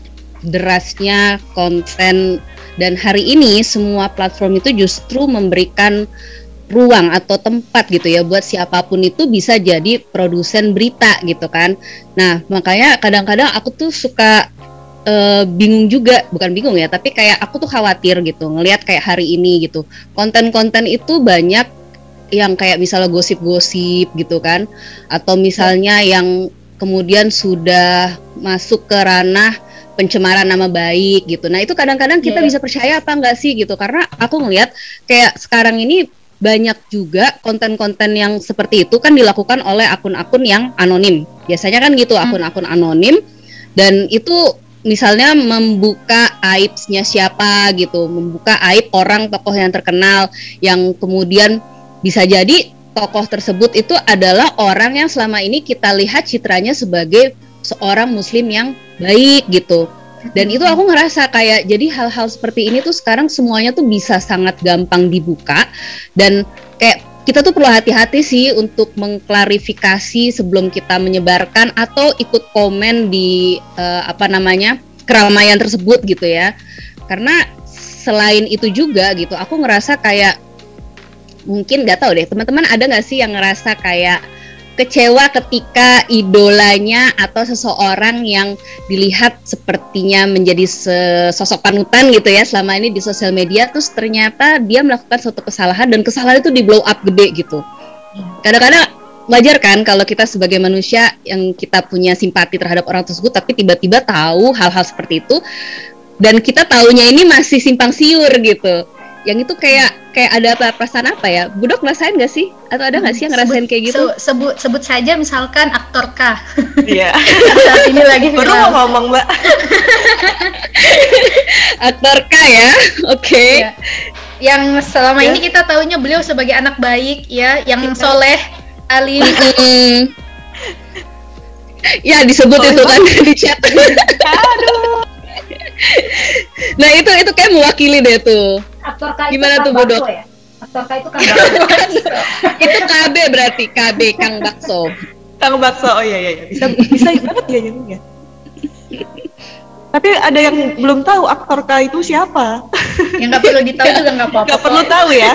derasnya konten, dan hari ini semua platform itu justru memberikan ruang atau tempat gitu ya buat siapapun itu bisa jadi produsen berita gitu kan. Nah makanya kadang-kadang aku tuh suka uh, bingung juga, bukan bingung ya, tapi kayak aku tuh khawatir gitu ngelihat kayak hari ini gitu konten-konten itu banyak yang kayak misalnya gosip-gosip gitu kan, atau misalnya yang kemudian sudah masuk ke ranah pencemaran nama baik gitu. Nah itu kadang-kadang kita yeah. bisa percaya apa enggak sih gitu, karena aku ngelihat kayak sekarang ini banyak juga konten-konten yang seperti itu kan dilakukan oleh akun-akun yang anonim. Biasanya kan gitu, akun-akun anonim, dan itu misalnya membuka aibnya siapa gitu, membuka aib orang tokoh yang terkenal, yang kemudian bisa jadi tokoh tersebut itu adalah orang yang selama ini kita lihat citranya sebagai seorang muslim yang baik gitu. Dan itu aku ngerasa kayak jadi hal-hal seperti ini tuh sekarang semuanya tuh bisa sangat gampang dibuka, dan kayak kita tuh perlu hati-hati sih untuk mengklarifikasi sebelum kita menyebarkan atau ikut komen di uh, apa namanya keramaian tersebut gitu ya. Karena selain itu juga gitu, aku ngerasa kayak mungkin nggak tahu deh teman-teman ada nggak sih yang ngerasa kayak kecewa ketika idolanya atau seseorang yang dilihat sepertinya menjadi sosok panutan gitu ya selama ini di sosial media, terus ternyata dia melakukan suatu kesalahan dan kesalahan itu di blow up gede gitu. Kadang-kadang wajar kan kalau kita sebagai manusia yang kita punya simpati terhadap orang tersebut, tapi tiba-tiba tahu hal-hal seperti itu dan kita taunya ini masih simpang siur gitu. Yang itu kayak kayak ada perasaan apa ya? Budok ngerasain nggak sih? Atau ada nggak sih yang ngerasain sebut, kayak gitu? Se- sebut sebut saja misalkan aktor K. Iya. Saat ini lagi baru mau ngomong Mbak. Aktor K ya, oke. Okay. Ya. Yang selama ya. ini kita tahunya beliau sebagai anak baik ya, yang ya. soleh, alim. Ya disebut oh, itu kan di chat. Aduh. Nah itu itu kayak mewakili deh tuh. Aktor K gimana itu tuh Budok? Ya? Aktor K itu Kang Bakso. Itu K B berarti K B Kang Bakso. Kang Bakso, oh iya iya bisa bisa banget ya jadinya. Tapi ada yang belum tahu aktor K itu siapa? Yang nggak perlu ditahu juga nggak apa-apa. Nggak perlu tahu ya.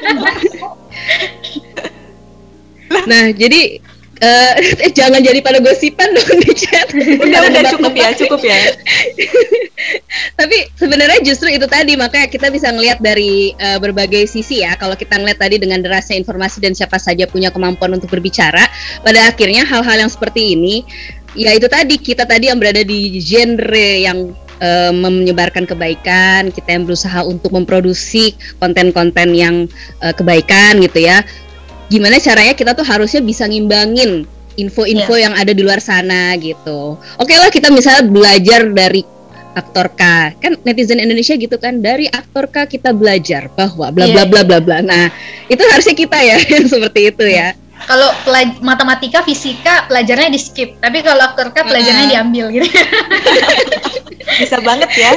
Nah jadi uh, eh, jangan jadi pada gosipan dong di chat. Udah udah cukup ya cukup ya. Tapi sebenarnya justru itu tadi, makanya kita bisa ngelihat dari uh, berbagai sisi ya. Kalau kita ngelihat tadi dengan derasnya informasi dan siapa saja punya kemampuan untuk berbicara, pada akhirnya hal-hal yang seperti ini, ya itu tadi kita tadi yang berada di genre yang uh, menyebarkan kebaikan, kita yang berusaha untuk memproduksi konten-konten yang uh, kebaikan gitu ya. Gimana caranya kita tuh harusnya bisa ngimbangin info-info yeah. yang ada di luar sana gitu. Oke lah kita misalnya belajar dari aktor K, kan netizen Indonesia gitu kan, dari aktor K kita belajar bahwa bla bla bla bla bla. Nah itu harusnya kita ya yang seperti itu ya. Kalau pelaj- matematika, fisika pelajarannya di skip, tapi kalau aktor K pelajarannya uh. diambil gitu. Bisa banget ya.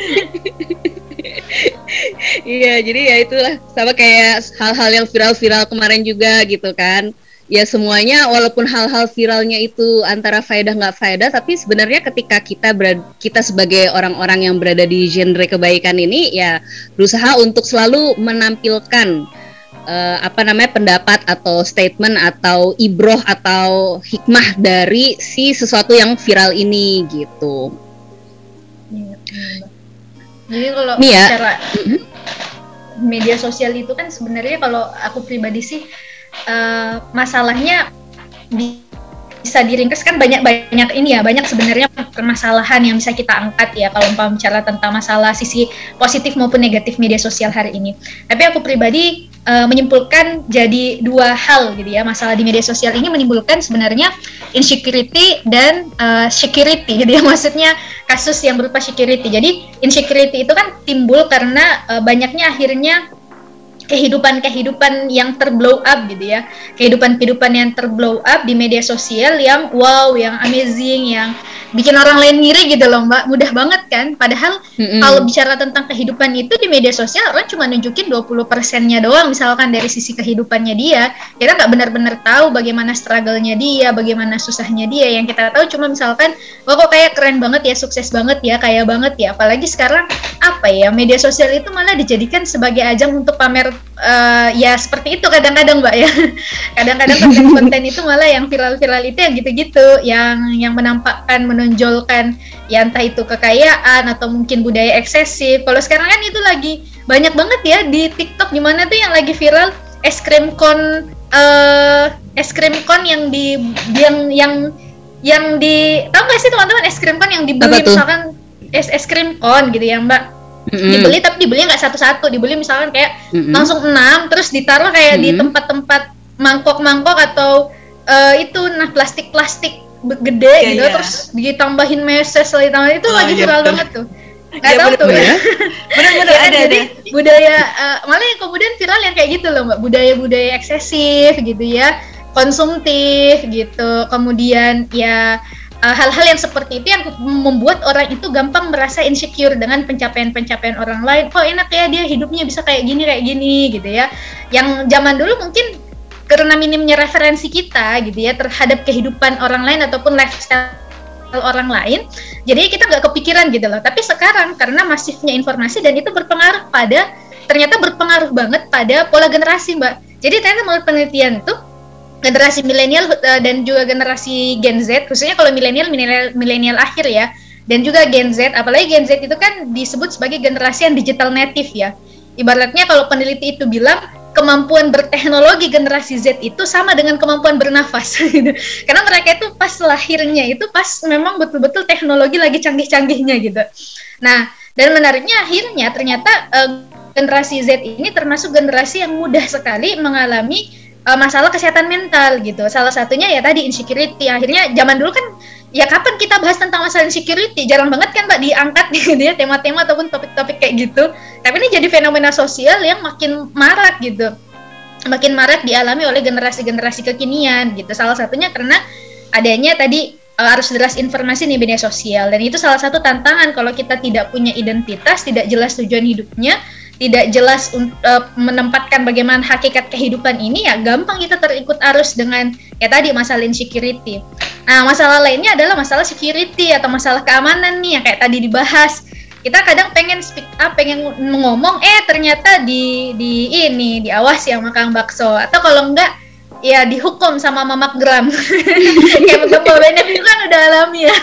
Iya, jadi ya itulah sama kayak hal-hal yang viral-viral kemarin juga gitu kan. Ya semuanya walaupun hal-hal viralnya itu antara faedah nggak faedah, tapi sebenarnya ketika kita berada, kita sebagai orang-orang yang berada di genre kebaikan ini ya berusaha untuk selalu menampilkan uh, apa namanya pendapat atau statement atau ibroh atau hikmah dari si sesuatu yang viral ini gitu. Jadi kalau Nih ya, bicara mm-hmm. media sosial itu kan sebenarnya kalau aku pribadi sih uh, masalahnya bi- bisa diringkas kan banyak-banyak ini ya, banyak sebenarnya permasalahan yang bisa kita angkat ya kalau umpama bicara tentang masalah sisi positif maupun negatif media sosial hari ini. Tapi aku pribadi uh, menyimpulkan jadi dua hal gitu ya, masalah di media sosial ini menimbulkan sebenarnya insecurity dan uh, security gitu ya, maksudnya kasus yang berupa security. Jadi insecurity itu kan timbul karena uh, banyaknya akhirnya kehidupan-kehidupan yang terblow up gitu ya, kehidupan-kehidupan yang terblow up di media sosial yang wow, yang amazing, yang bikin orang lain ngiri gitu loh Mbak, mudah banget kan. Padahal mm-hmm. kalau bicara tentang kehidupan itu di media sosial orang cuma nunjukin dua puluh persennya doang misalkan dari sisi kehidupannya dia. Kita nggak benar-benar tahu bagaimana struggle-nya dia, bagaimana susahnya dia. Yang kita tahu cuma misalkan, wah kok kayak keren banget ya, sukses banget ya, kaya banget ya. Apalagi sekarang apa ya, media sosial itu malah dijadikan sebagai ajang untuk pamer uh, ya seperti itu kadang-kadang Mbak ya. Kadang-kadang konten-konten itu malah yang viral-viral itu yang gitu-gitu, yang yang menampakkan, menonjolkan ya entah itu kekayaan atau mungkin budaya eksesif. Kalau sekarang kan itu lagi banyak banget ya di TikTok, gimana tuh yang lagi viral es krim kon uh, es krim kon yang di yang yang yang di tahu nggak sih teman-teman es krim kon yang dibeli misalkan es es krim kon gitu ya Mbak. Mm-hmm. Dibeli tapi dibelinya nggak satu-satu, dibeli misalkan kayak mm-hmm. langsung enam terus ditaruh kayak mm-hmm. di tempat-tempat mangkok-mangkok atau uh, itu nah plastik-plastik gede yeah, gitu yeah. Terus ditambahin meses lagi tambahin itu oh, lagi viral ya, banget tuh nggak ya, tahu tuh ya benar-benar ya, ada jadi ada. Budaya uh, malah yang kemudian viral yang kayak gitu loh Mbak, budaya-budaya eksesif gitu ya, konsumtif gitu, kemudian ya uh, hal-hal yang seperti itu yang membuat orang itu gampang merasa insecure dengan pencapaian-pencapaian orang lain. Oh enak ya dia hidupnya bisa kayak gini kayak gini gitu ya, yang zaman dulu mungkin karena minimnya referensi kita gitu ya terhadap kehidupan orang lain ataupun lifestyle orang lain, jadi kita nggak kepikiran gitu loh. Tapi sekarang karena masifnya informasi dan itu berpengaruh pada, ternyata berpengaruh banget pada pola generasi Mbak. Jadi ternyata menurut penelitian itu generasi milenial uh, dan juga generasi Gen Z, khususnya kalau milenial milenial akhir ya, dan juga Gen Z, apalagi Gen Z itu kan disebut sebagai generasi yang digital native ya. Ibaratnya kalau peneliti itu bilang kemampuan berteknologi generasi Z itu sama dengan kemampuan bernafas gitu. Karena mereka itu pas lahirnya itu pas memang betul-betul teknologi lagi canggih-canggihnya gitu. Nah, dan menariknya akhirnya ternyata uh, generasi Z ini termasuk generasi yang mudah sekali mengalami uh, masalah kesehatan mental gitu. Salah satunya ya tadi insecurity. Akhirnya zaman dulu kan ya kapan kita bahas tentang masalah insecurity? Jarang banget kan Mbak diangkat gitu ya tema-tema ataupun topik-topik kayak gitu. Tapi ini jadi fenomena sosial yang makin marak gitu. Makin marak dialami oleh generasi-generasi kekinian gitu. Salah satunya karena adanya tadi uh, arus deras informasi di media sosial, dan itu salah satu tantangan kalau kita tidak punya identitas, tidak jelas tujuan hidupnya, tidak jelas uh, menempatkan bagaimana hakikat kehidupan ini, ya gampang kita terikut arus dengan ya tadi masalah insecurity. Nah, masalah lainnya adalah masalah security atau masalah keamanan nih yang kayak tadi dibahas. Kita kadang pengen speak up, pengen ngomong, eh ternyata di di ini diawasi sama Kang Bakso, atau kalau enggak ya dihukum sama Mamak Gram. Kayak beberapa banyak itu kan udah alami ya.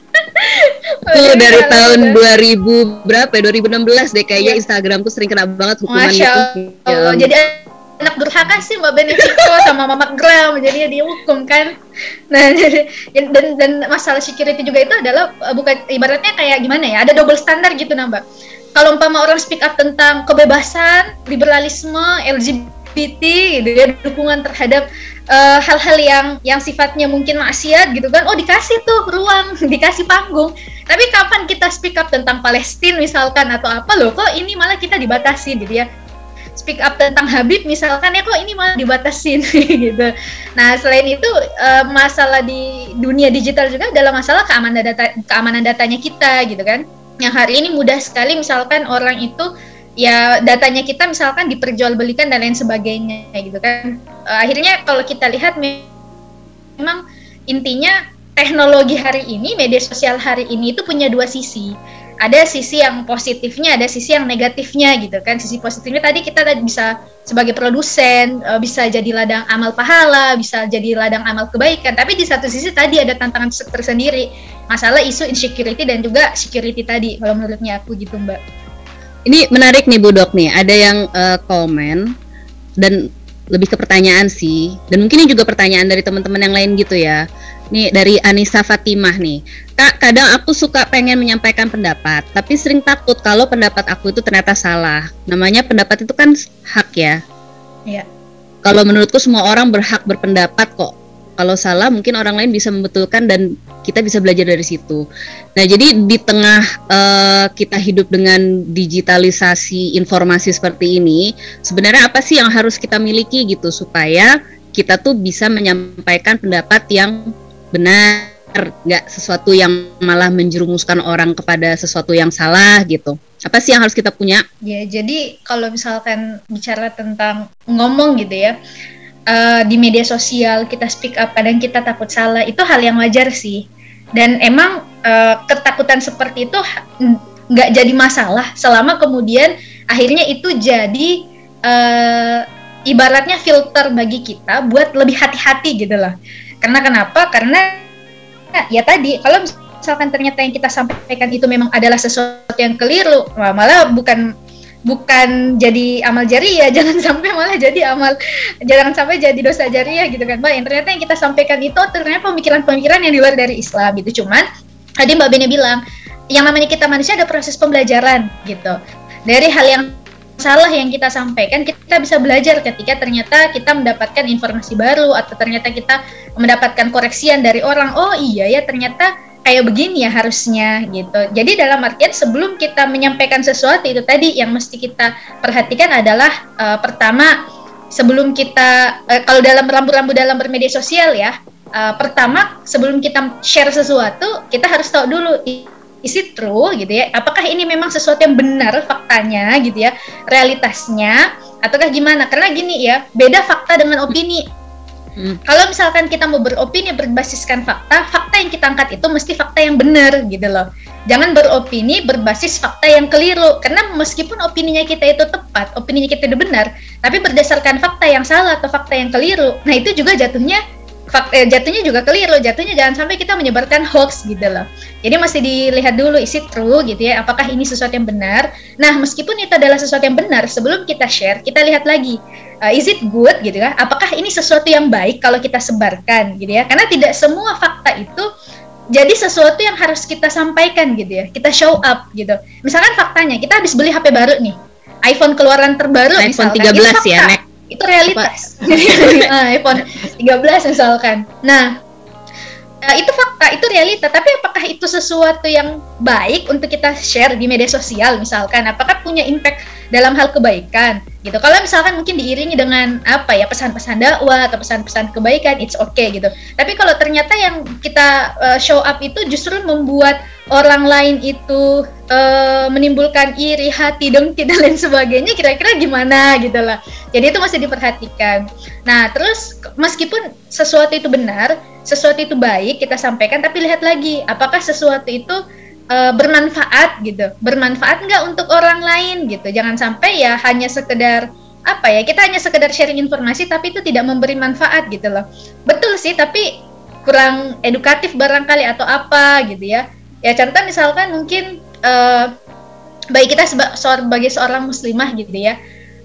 Tuh dari tahun udah. dua ribu berapa ya, dua ribu enam belas deh kayaknya ya. Instagram tuh sering kena banget hukuman Masya gitu. Allah. Ya. Jadi anak durhaka sih Mbak Benefito sama Mamak Gram, jadi dihukum kan. Nah, jadi dan dan masalah security juga itu adalah bukan ibaratnya kayak gimana ya, ada double standar gitu nah Mbak. Kalau umpama orang speak up tentang kebebasan, liberalisme, L G B T gitu ya, dukungan terhadap uh, hal-hal yang yang sifatnya mungkin maksiat gitu kan, oh dikasih tuh ruang, dikasih panggung. Tapi kapan kita speak up tentang Palestina misalkan atau apa loh, kok ini malah kita dibatasi gitu ya. Speak up tentang Habib misalkan ya kok ini malah dibatasin gitu. Nah selain itu uh, masalah di dunia digital juga adalah masalah keamanan data, keamanan datanya kita gitu kan. Yang hari ini mudah sekali misalkan orang itu ya datanya kita misalkan diperjualbelikan dan lain sebagainya gitu kan. Uh, akhirnya kalau kita lihat memang intinya teknologi hari ini, media sosial hari ini itu punya dua sisi. Ada sisi yang positifnya, ada sisi yang negatifnya gitu kan. Sisi positifnya tadi kita bisa sebagai produsen, bisa jadi ladang amal pahala, bisa jadi ladang amal kebaikan. Tapi di satu sisi tadi ada tantangan tersendiri, masalah isu insecurity dan juga security tadi, kalau menurutnya aku gitu Mbak. Ini menarik nih Bu Dok nih, ada yang uh, komen dan lebih ke pertanyaan sih, dan mungkin ini juga pertanyaan dari teman-teman yang lain gitu ya. Nih dari Anissa Fatimah nih, Kak, kadang aku suka pengen menyampaikan pendapat, tapi sering takut kalau pendapat aku itu ternyata salah. Namanya pendapat itu kan hak ya. Iya. Kalau menurutku semua orang berhak berpendapat kok. Kalau salah mungkin orang lain bisa membetulkan dan kita bisa belajar dari situ. Nah jadi di tengah uh, kita hidup dengan digitalisasi informasi seperti ini, sebenarnya apa sih yang harus kita miliki gitu supaya kita tuh bisa menyampaikan pendapat yang benar nggak sesuatu yang malah menjerumuskan orang kepada sesuatu yang salah gitu. Apa sih yang harus kita punya? Ya, jadi kalau misalkan bicara tentang ngomong gitu ya, uh, di media sosial kita speak up, kadang kita takut salah, itu hal yang wajar sih. Dan emang uh, ketakutan seperti itu nggak jadi masalah selama kemudian akhirnya itu jadi uh, ibaratnya filter bagi kita buat lebih hati-hati gitu loh. Karena kenapa? Karena ya tadi, kalau misalkan ternyata yang kita sampaikan itu memang adalah sesuatu yang keliru, malah bukan bukan jadi amal jariah, jangan sampai malah jadi amal, jangan sampai jadi dosa jariah gitu kan, Mbak. Yang ternyata yang kita sampaikan itu ternyata pemikiran-pemikiran yang di luar dari Islam gitu. Cuman tadi Mbak Bene bilang, yang namanya kita manusia ada proses pembelajaran gitu. Dari hal yang salah yang kita sampaikan, kita bisa belajar ketika ternyata kita mendapatkan informasi baru atau ternyata kita mendapatkan koreksian dari orang. Oh iya ya, ternyata kayak begini ya harusnya gitu. Jadi dalam artian sebelum kita menyampaikan sesuatu itu tadi yang mesti kita perhatikan adalah uh, pertama, sebelum kita uh, kalau dalam rambu-rambu dalam bermedia sosial ya, uh, pertama sebelum kita share sesuatu kita harus tahu dulu is it true gitu ya, apakah ini memang sesuatu yang benar faktanya gitu ya, realitasnya, ataukah gimana. Karena gini ya, beda fakta dengan opini. hmm. Kalau misalkan kita mau beropini berbasiskan fakta, fakta yang kita angkat itu mesti fakta yang benar gitu loh. Jangan beropini berbasis fakta yang keliru, karena meskipun opininya kita itu tepat, opininya kita itu benar, tapi berdasarkan fakta yang salah atau fakta yang keliru, nah itu juga jatuhnya Fakta, eh, jatuhnya juga keliru, jatuhnya jangan sampai kita menyebarkan hoax gitu loh. Jadi masih dilihat dulu is it true gitu ya, apakah ini sesuatu yang benar. Nah meskipun itu adalah sesuatu yang benar, sebelum kita share kita lihat lagi uh, is it good gitu ya, apakah ini sesuatu yang baik kalau kita sebarkan gitu ya. Karena tidak semua fakta itu jadi sesuatu yang harus kita sampaikan gitu ya, kita show up gitu. Misalkan faktanya kita habis beli H P baru nih, iPhone keluaran terbaru iPhone misalkan, tiga belas ya Nek, itu realitas. iPhone tiga belas misalkan. Nah, itu fakta, itu realita. Tapi apakah itu sesuatu yang baik untuk kita share di media sosial misalkan? Apakah punya impact dalam hal kebaikan? Gitu. Kalau misalkan mungkin diiringi dengan apa ya, pesan-pesan dakwah atau pesan-pesan kebaikan, it's okay gitu. Tapi kalau ternyata yang kita uh, show up itu justru membuat orang lain itu uh, menimbulkan iri, hati, dengki dan lain sebagainya, kira-kira gimana gitu lah. Jadi itu masih diperhatikan. Nah, terus meskipun sesuatu itu benar, sesuatu itu baik kita sampaikan, tapi lihat lagi apakah sesuatu itu uh, bermanfaat gitu, bermanfaat nggak untuk orang lain gitu. Jangan sampai ya hanya sekedar apa ya, kita hanya sekedar sharing informasi tapi itu tidak memberi manfaat gitu loh. Betul sih, tapi kurang edukatif barangkali atau apa gitu ya. Ya contoh misalkan mungkin uh, baik kita seba- sebagai seorang muslimah gitu ya,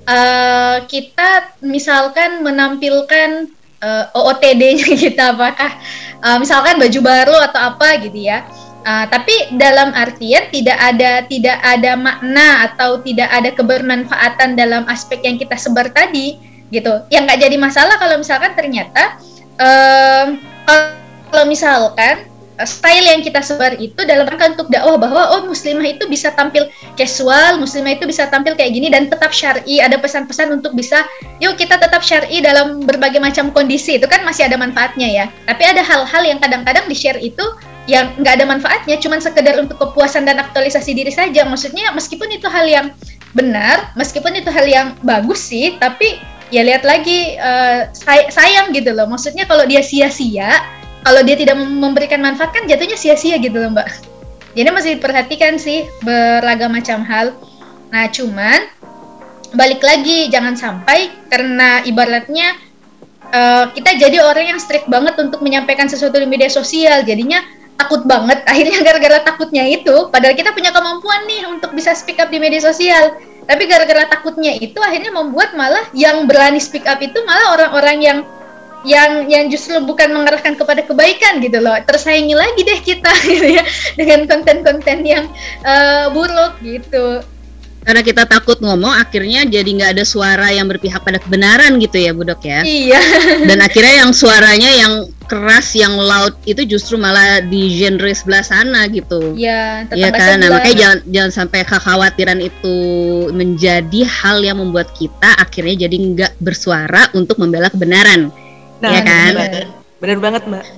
uh, kita misalkan menampilkan uh, O O T D-nya kita, apakah uh, misalkan baju baru atau apa gitu ya, uh, tapi dalam artian tidak ada tidak ada makna atau tidak ada kebermanfaatan dalam aspek yang kita sebar tadi gitu. Yang nggak jadi masalah kalau misalkan ternyata uh, kalau misalkan style yang kita sebar itu dalam rangka untuk dakwah bahwa oh muslimah itu bisa tampil casual, muslimah itu bisa tampil kayak gini dan tetap syar'i, ada pesan-pesan untuk bisa yuk kita tetap syar'i dalam berbagai macam kondisi, itu kan masih ada manfaatnya ya. Tapi ada hal-hal yang kadang-kadang di-share itu yang nggak ada manfaatnya, cuman sekedar untuk kepuasan dan aktualisasi diri saja. Maksudnya meskipun itu hal yang benar, meskipun itu hal yang bagus sih, tapi ya lihat lagi uh, say- sayang gitu loh. Maksudnya kalau dia sia-sia, kalau dia tidak memberikan manfaat kan jatuhnya sia-sia gitu loh Mbak. Jadi masih diperhatikan sih beragam macam hal. Nah cuman balik lagi jangan sampai karena ibaratnya uh, kita jadi orang yang strict banget untuk menyampaikan sesuatu di media sosial, jadinya takut banget. Akhirnya gara-gara takutnya itu, padahal kita punya kemampuan nih untuk bisa speak up di media sosial, tapi gara-gara takutnya itu akhirnya membuat malah yang berani speak up itu malah orang-orang yang yang yang justru bukan mengarahkan kepada kebaikan gitu loh. Tersaingi lagi deh kita gitu ya dengan konten-konten yang uh, buruk gitu. Karena kita takut ngomong, akhirnya jadi nggak ada suara yang berpihak pada kebenaran gitu ya Bu Dok ya. Iya. Dan akhirnya yang suaranya yang keras, yang loud itu justru malah di genre sebelah sana gitu. Iya. Iya kan. Nah makanya jangan jangan sampai kekhawatiran itu menjadi hal yang membuat kita akhirnya jadi nggak bersuara untuk membela kebenaran. Nah, ya kan? Benar, benar banget Mbak.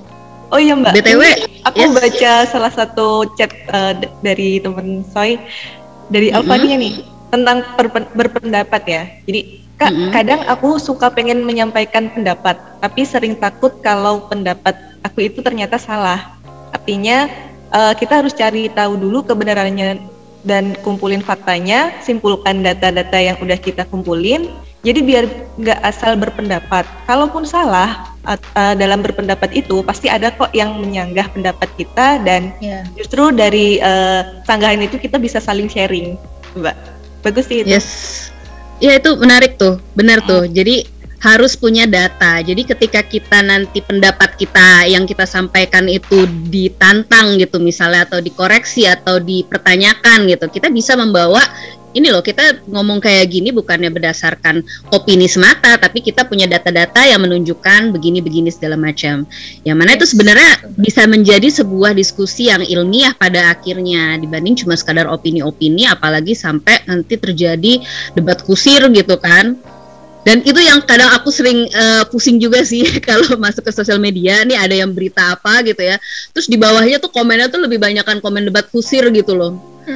Oh iya Mbak, B T W, ini aku yes. baca salah satu chat uh, d- dari teman Soy dari Mm-hmm. Alfania nih tentang perpen- berpendapat ya. Jadi Kak, Mm-hmm. kadang aku suka pengen menyampaikan pendapat, tapi sering takut kalau pendapat aku itu ternyata salah. Artinya uh, kita harus cari tahu dulu kebenarannya dan kumpulin faktanya, simpulkan data-data yang udah kita kumpulin. Jadi biar nggak asal berpendapat. Kalaupun salah at- uh, dalam berpendapat itu pasti ada kok yang menyanggah pendapat kita dan Iya. justru dari uh, sanggahan itu kita bisa saling sharing, Mbak. Bagus sih itu. Yes. Ya itu menarik tuh, benar tuh. Jadi harus punya data. Jadi ketika kita nanti pendapat kita yang kita sampaikan itu ditantang gitu misalnya atau dikoreksi atau dipertanyakan gitu, kita bisa membawa ini loh, kita ngomong kayak gini bukannya berdasarkan opini semata, tapi kita punya data-data yang menunjukkan begini-begini segala macam. Yang mana itu sebenarnya bisa menjadi sebuah diskusi yang ilmiah pada akhirnya dibanding cuma sekadar opini-opini, apalagi sampai nanti terjadi debat kusir gitu kan. Dan itu yang kadang aku sering uh, pusing juga sih kalau masuk ke sosial media, nih ada yang berita apa gitu ya, terus di bawahnya tuh komennya tuh lebih banyakan komen debat kusir gitu loh.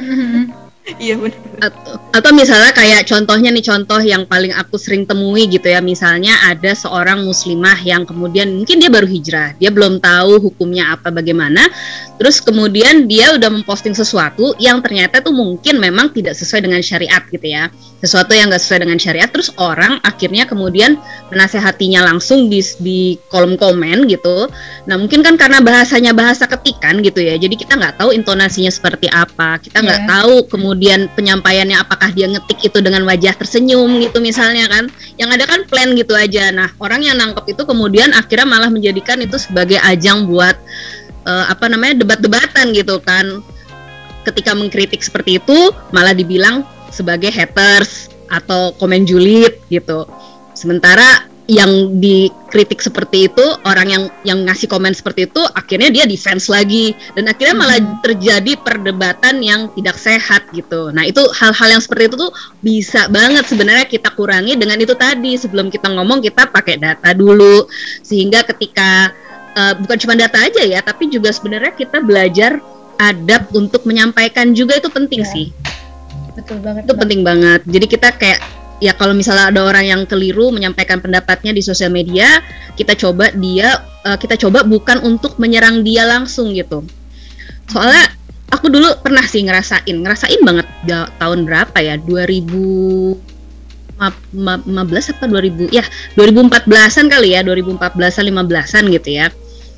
Iya benar. Atau, atau misalnya kayak contohnya nih, contoh yang paling aku sering temui gitu ya, misalnya ada seorang muslimah yang kemudian mungkin dia baru hijrah, dia belum tahu hukumnya apa bagaimana, terus kemudian dia udah memposting sesuatu yang ternyata tuh mungkin memang tidak sesuai dengan syariat gitu ya, sesuatu yang gak sesuai dengan syariat, terus orang akhirnya kemudian menasehatinya langsung di, di kolom komen gitu. Nah mungkin kan karena bahasanya bahasa ketikan gitu ya, jadi kita nggak tahu intonasinya seperti apa, kita nggak Yeah. tahu kemudian Kemudian penyampaiannya apakah dia ngetik itu dengan wajah tersenyum gitu misalnya kan. Yang ada kan plan gitu aja. Nah orang yang nangkep itu kemudian akhirnya malah menjadikan itu sebagai ajang buat uh, apa namanya debat-debatan gitu kan. Ketika mengkritik seperti itu malah dibilang sebagai haters atau komen julid gitu. Sementara yang dikritik seperti itu, orang yang yang ngasih komen seperti itu akhirnya dia defense lagi dan akhirnya malah hmm. terjadi perdebatan yang tidak sehat gitu. Nah itu hal-hal yang seperti itu tuh bisa banget sebenarnya kita kurangi dengan itu tadi, sebelum kita ngomong kita pakai data dulu, sehingga ketika uh, bukan cuma data aja ya, tapi juga sebenarnya kita belajar adab untuk menyampaikan juga itu penting ya. Sih Betul banget. Itu Bang. Penting banget. Jadi kita kayak ya kalau misalnya ada orang yang keliru menyampaikan pendapatnya di sosial media, kita coba dia uh, kita coba bukan untuk menyerang dia langsung gitu. Soalnya aku dulu pernah sih ngerasain, ngerasain banget da- tahun berapa ya? dua ribu lima belas apa dua ribu? Ya, dua ribu empat belasan kali ya, dua ribu empat belasan lima belasan gitu ya.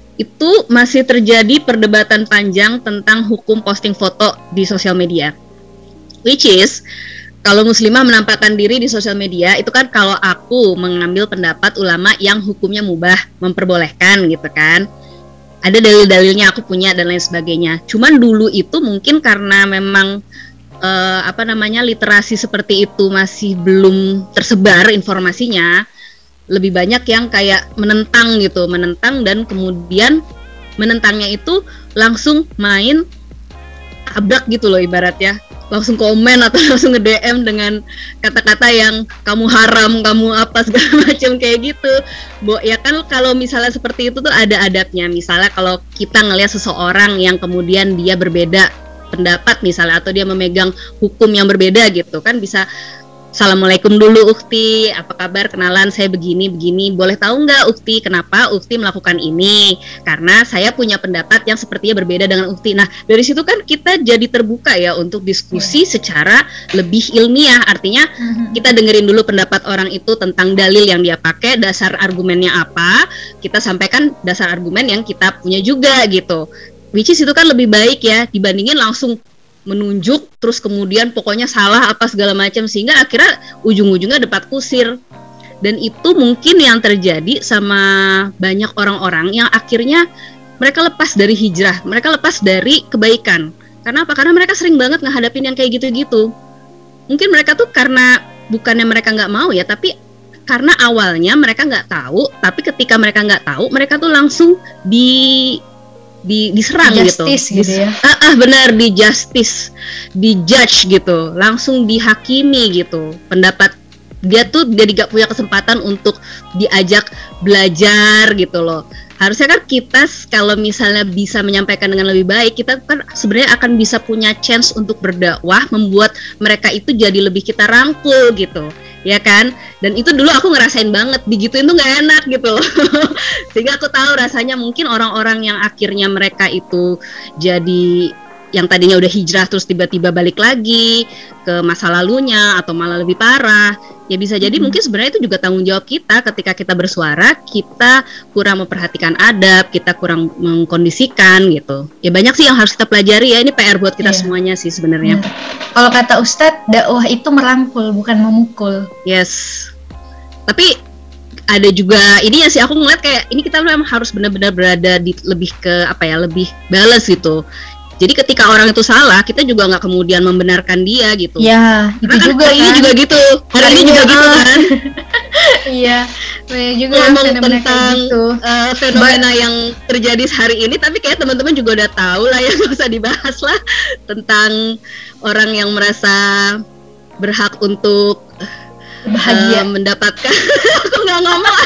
Itu masih terjadi perdebatan panjang tentang hukum posting foto di sosial media. Which is kalau muslimah menampakkan diri di sosial media itu kan kalau aku mengambil pendapat ulama yang hukumnya mubah, memperbolehkan gitu kan. Ada dalil-dalilnya aku punya dan lain sebagainya. Cuman dulu itu mungkin karena memang uh, apa namanya literasi seperti itu masih belum tersebar informasinya, lebih banyak yang kayak menentang gitu, menentang dan kemudian menentangnya itu langsung main abrak gitu loh ibaratnya. Langsung komen atau langsung nge-D M dengan kata-kata yang kamu haram, kamu apa segala macam kayak gitu. Bo, ya kan kalau misalnya seperti itu tuh ada adabnya. Misalnya kalau kita ngelihat seseorang yang kemudian dia berbeda pendapat misalnya atau dia memegang hukum yang berbeda gitu kan, bisa Assalamualaikum dulu Ukti, apa kabar, kenalan, saya begini begini, boleh tahu nggak Ukti kenapa Ukti melakukan ini, karena saya punya pendapat yang sepertinya berbeda dengan Ukti. Nah dari situ kan kita jadi terbuka ya untuk diskusi yeah. secara lebih ilmiah, artinya mm-hmm. kita dengerin dulu pendapat orang itu tentang dalil yang dia pakai, dasar argumennya apa, kita sampaikan dasar argumen yang kita punya juga gitu, which is itu kan lebih baik ya dibandingin langsung menunjuk terus kemudian pokoknya salah apa segala macam, sehingga akhirnya ujung-ujungnya debat kusir. Dan itu mungkin yang terjadi sama banyak orang-orang yang akhirnya mereka lepas dari hijrah, mereka lepas dari kebaikan. Karena apa? Karena mereka sering banget ngehadapin yang kayak gitu-gitu. Mungkin mereka tuh karena bukannya mereka nggak mau ya, tapi karena awalnya mereka nggak tahu, tapi ketika mereka nggak tahu, mereka tuh langsung di di diserang justice gitu, gitu ya. Ah, ah benar, di justice, di judge gitu, langsung dihakimi gitu pendapat dia tuh jadi gak punya kesempatan untuk diajak belajar gitu loh. Harusnya kan kita kalau misalnya bisa menyampaikan dengan lebih baik, kita kan sebenarnya akan bisa punya chance untuk berdakwah, membuat mereka itu jadi lebih kita rangkul gitu, ya kan? Dan itu dulu aku ngerasain banget, digituin tuh nggak enak gitu loh. Sehingga aku tahu rasanya mungkin orang-orang yang akhirnya mereka itu jadi yang tadinya udah hijrah terus tiba-tiba balik lagi ke masa lalunya atau malah lebih parah, ya bisa jadi hmm. mungkin sebenarnya itu juga tanggung jawab kita ketika kita bersuara, kita kurang memperhatikan adab, kita kurang mengkondisikan gitu. Ya banyak sih yang harus kita pelajari ya, ini P R buat kita yeah. semuanya sih sebenarnya. Hmm. Kalau kata Ustadz, dakwah itu merangkul bukan memukul. Yes. Tapi ada juga ini ya sih, aku ngeliat kayak ini kita memang harus benar-benar berada di lebih ke apa ya, lebih balance gitu. Jadi ketika orang itu salah, kita juga nggak kemudian membenarkan dia gitu. Ya, itu kan juga hari kan. ini juga gitu, hari ini juga gitu kan. Iya, banyak juga ngomong fenomena tentang gitu. uh, fenomena yang terjadi hari ini, tapi kayak teman-teman juga udah tahu lah ya, nggak usah dibahas lah tentang orang yang merasa berhak untuk bahagia uh, mendapatkan. Aku nggak ngomong.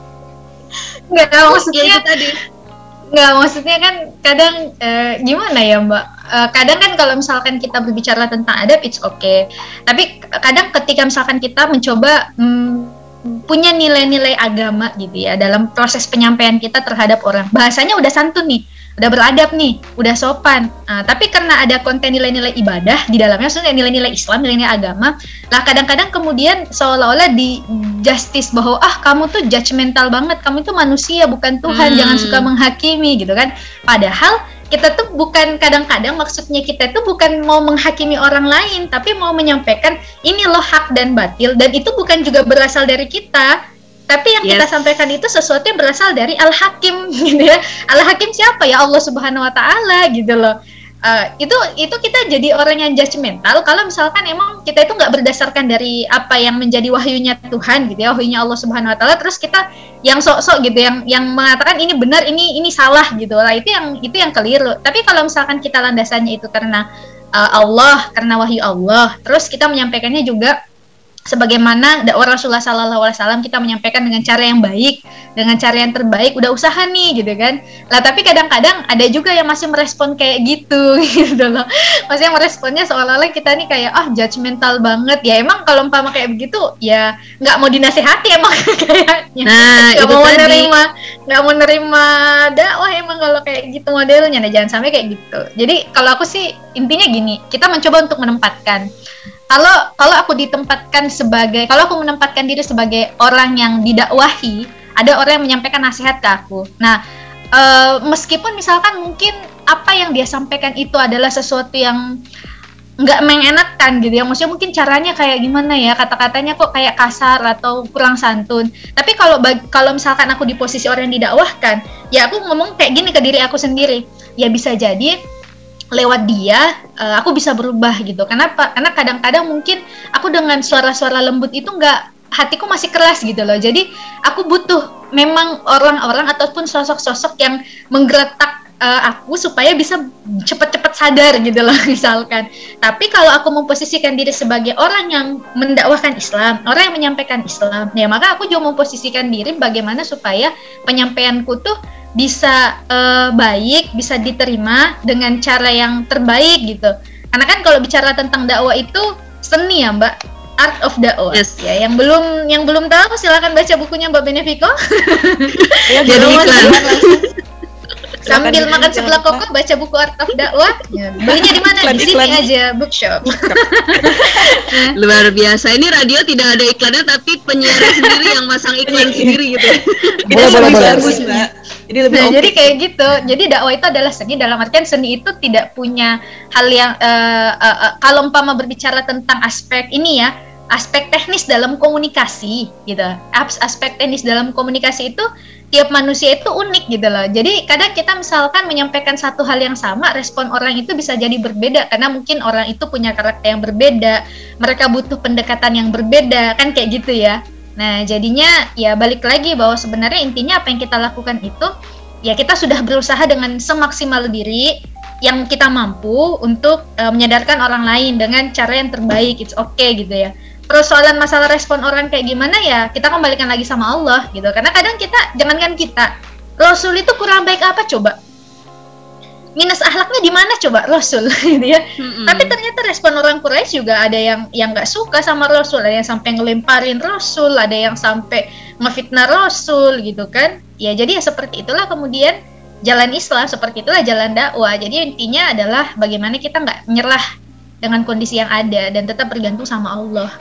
Nggak tahu maksudnya. Ya, itu tadi. Nggak, maksudnya kan kadang eh, gimana ya Mbak, eh, kadang kan kalau misalkan kita berbicara tentang adab it's okay, tapi kadang ketika misalkan kita mencoba hmm, punya nilai-nilai agama gitu ya dalam proses penyampaian kita terhadap orang, bahasanya udah santun nih, udah beradab nih, udah sopan, nah, tapi karena ada konten nilai-nilai ibadah di dalamnya, maksudnya nilai-nilai Islam, nilai-nilai agama, lah kadang-kadang kemudian seolah-olah di justice bahwa ah kamu tuh judgmental banget, kamu itu manusia bukan Tuhan, hmm. jangan suka menghakimi gitu kan. Padahal kita tuh bukan, kadang-kadang maksudnya kita tuh bukan mau menghakimi orang lain, tapi mau menyampaikan ini loh hak dan batil, dan itu bukan juga berasal dari kita, tapi yang yes. kita sampaikan itu sesuatu yang berasal dari Al-Hakim gitu ya. Al-Hakim siapa ya? Allah Subhanahu wa taala gitu loh. Uh, itu itu kita jadi orang yang judgmental kalau misalkan emang kita itu nggak berdasarkan dari apa yang menjadi wahyunya Tuhan gitu ya, wahyunya Allah Subhanahu wa taala, terus kita yang sok-sok gitu yang yang mengatakan ini benar, ini ini salah gitu lah, itu yang itu yang keliru. Tapi kalau misalkan kita landasannya itu karena uh, Allah, karena wahyu Allah, terus kita menyampaikannya juga sebagaimana dakwah Rasulullah Sallallahu Alaihi Wasallam, kita menyampaikan dengan cara yang baik, dengan cara yang terbaik, udah usaha nih gitu kan. Lah tapi kadang-kadang ada juga yang masih merespon kayak gitu gitu loh, masih yang meresponnya seolah-olah kita nih kayak ah oh, judgmental banget. Ya emang kalau umpama kayak begitu ya nggak mau dinasehati emang kayaknya, nah, nggak itu mau tadi. menerima nggak mau menerima dakwah emang kalau kayak gitu modelnya. Nah jangan sampai kayak gitu. Jadi kalau aku sih intinya gini, kita mencoba untuk menempatkan. Kalau kalau aku ditempatkan sebagai, kalau aku menempatkan diri sebagai orang yang didakwahi, ada orang yang menyampaikan nasihat ke aku. Nah, e, meskipun misalkan mungkin apa yang dia sampaikan itu adalah sesuatu yang nggak mengenakan gitu ya, maksudnya mungkin caranya kayak gimana ya, kata-katanya kok kayak kasar atau kurang santun. Tapi kalau kalau misalkan aku di posisi orang yang didakwahkan, ya aku ngomong kayak gini ke diri aku sendiri, ya bisa jadi lewat dia uh, aku bisa berubah gitu. Kenapa? Karena kadang-kadang mungkin aku dengan suara-suara lembut itu nggak, hatiku masih keras gitu loh. Jadi aku butuh memang orang-orang ataupun sosok-sosok yang menggeretak uh, aku supaya bisa cepat-cepat sadar gitu loh misalkan. Tapi kalau aku memposisikan diri sebagai orang yang mendakwahkan Islam, orang yang menyampaikan Islam, ya maka aku juga memposisikan diri bagaimana supaya penyampaianku tuh bisa uh, baik, bisa diterima dengan cara yang terbaik gitu. Karena kan kalau bicara tentang dakwah itu seni ya Mbak, art of dakwah. Yes. Ya, yang belum yang belum tahu silakan baca bukunya Mbak Benefico. Ya, jadi iklan. Sambil makan sebelah koko baca buku art of dakwah. Ya, belinya di mana? Di sini aja, bookshop. Luar biasa. Ini radio tidak ada iklannya, tapi penyiar sendiri yang masang iklan sendiri gitu. Boleh, boleh, bagus, Mbak. Jadi lebih nah, okay. jadi kayak gitu. Jadi dakwah itu adalah seni, dalam artian seni itu tidak punya hal yang uh, uh, uh, kalau umpama berbicara tentang aspek ini ya, aspek teknis dalam komunikasi gitu. Aspek teknis dalam komunikasi itu tiap manusia itu unik gitu loh. Jadi kadang kita misalkan menyampaikan satu hal yang sama, respon orang itu bisa jadi berbeda karena mungkin orang itu punya karakter yang berbeda, mereka butuh pendekatan yang berbeda, kan kayak gitu ya. Nah, jadinya ya balik lagi bahwa sebenarnya intinya apa yang kita lakukan itu ya kita sudah berusaha dengan semaksimal diri yang kita mampu untuk uh, menyadarkan orang lain dengan cara yang terbaik, it's okay gitu ya. persoalan masalah respon orang kayak gimana ya kita kembalikan lagi sama Allah gitu. Karena kadang kita, jangankan kita, Rasul itu kurang baik apa coba? Minus akhlaknya di mana coba Rasul gitu ya. Mm-hmm. Tapi ternyata respon orang Quraisy juga ada yang yang nggak suka sama Rasul, ada yang sampai ngelemparin Rasul, ada yang sampai ngefitnah Rasul gitu kan. Ya jadi ya seperti itulah kemudian jalan Islam, seperti itulah jalan dakwah. Jadi intinya adalah bagaimana kita nggak nyerah dengan kondisi yang ada dan tetap bergantung sama Allah.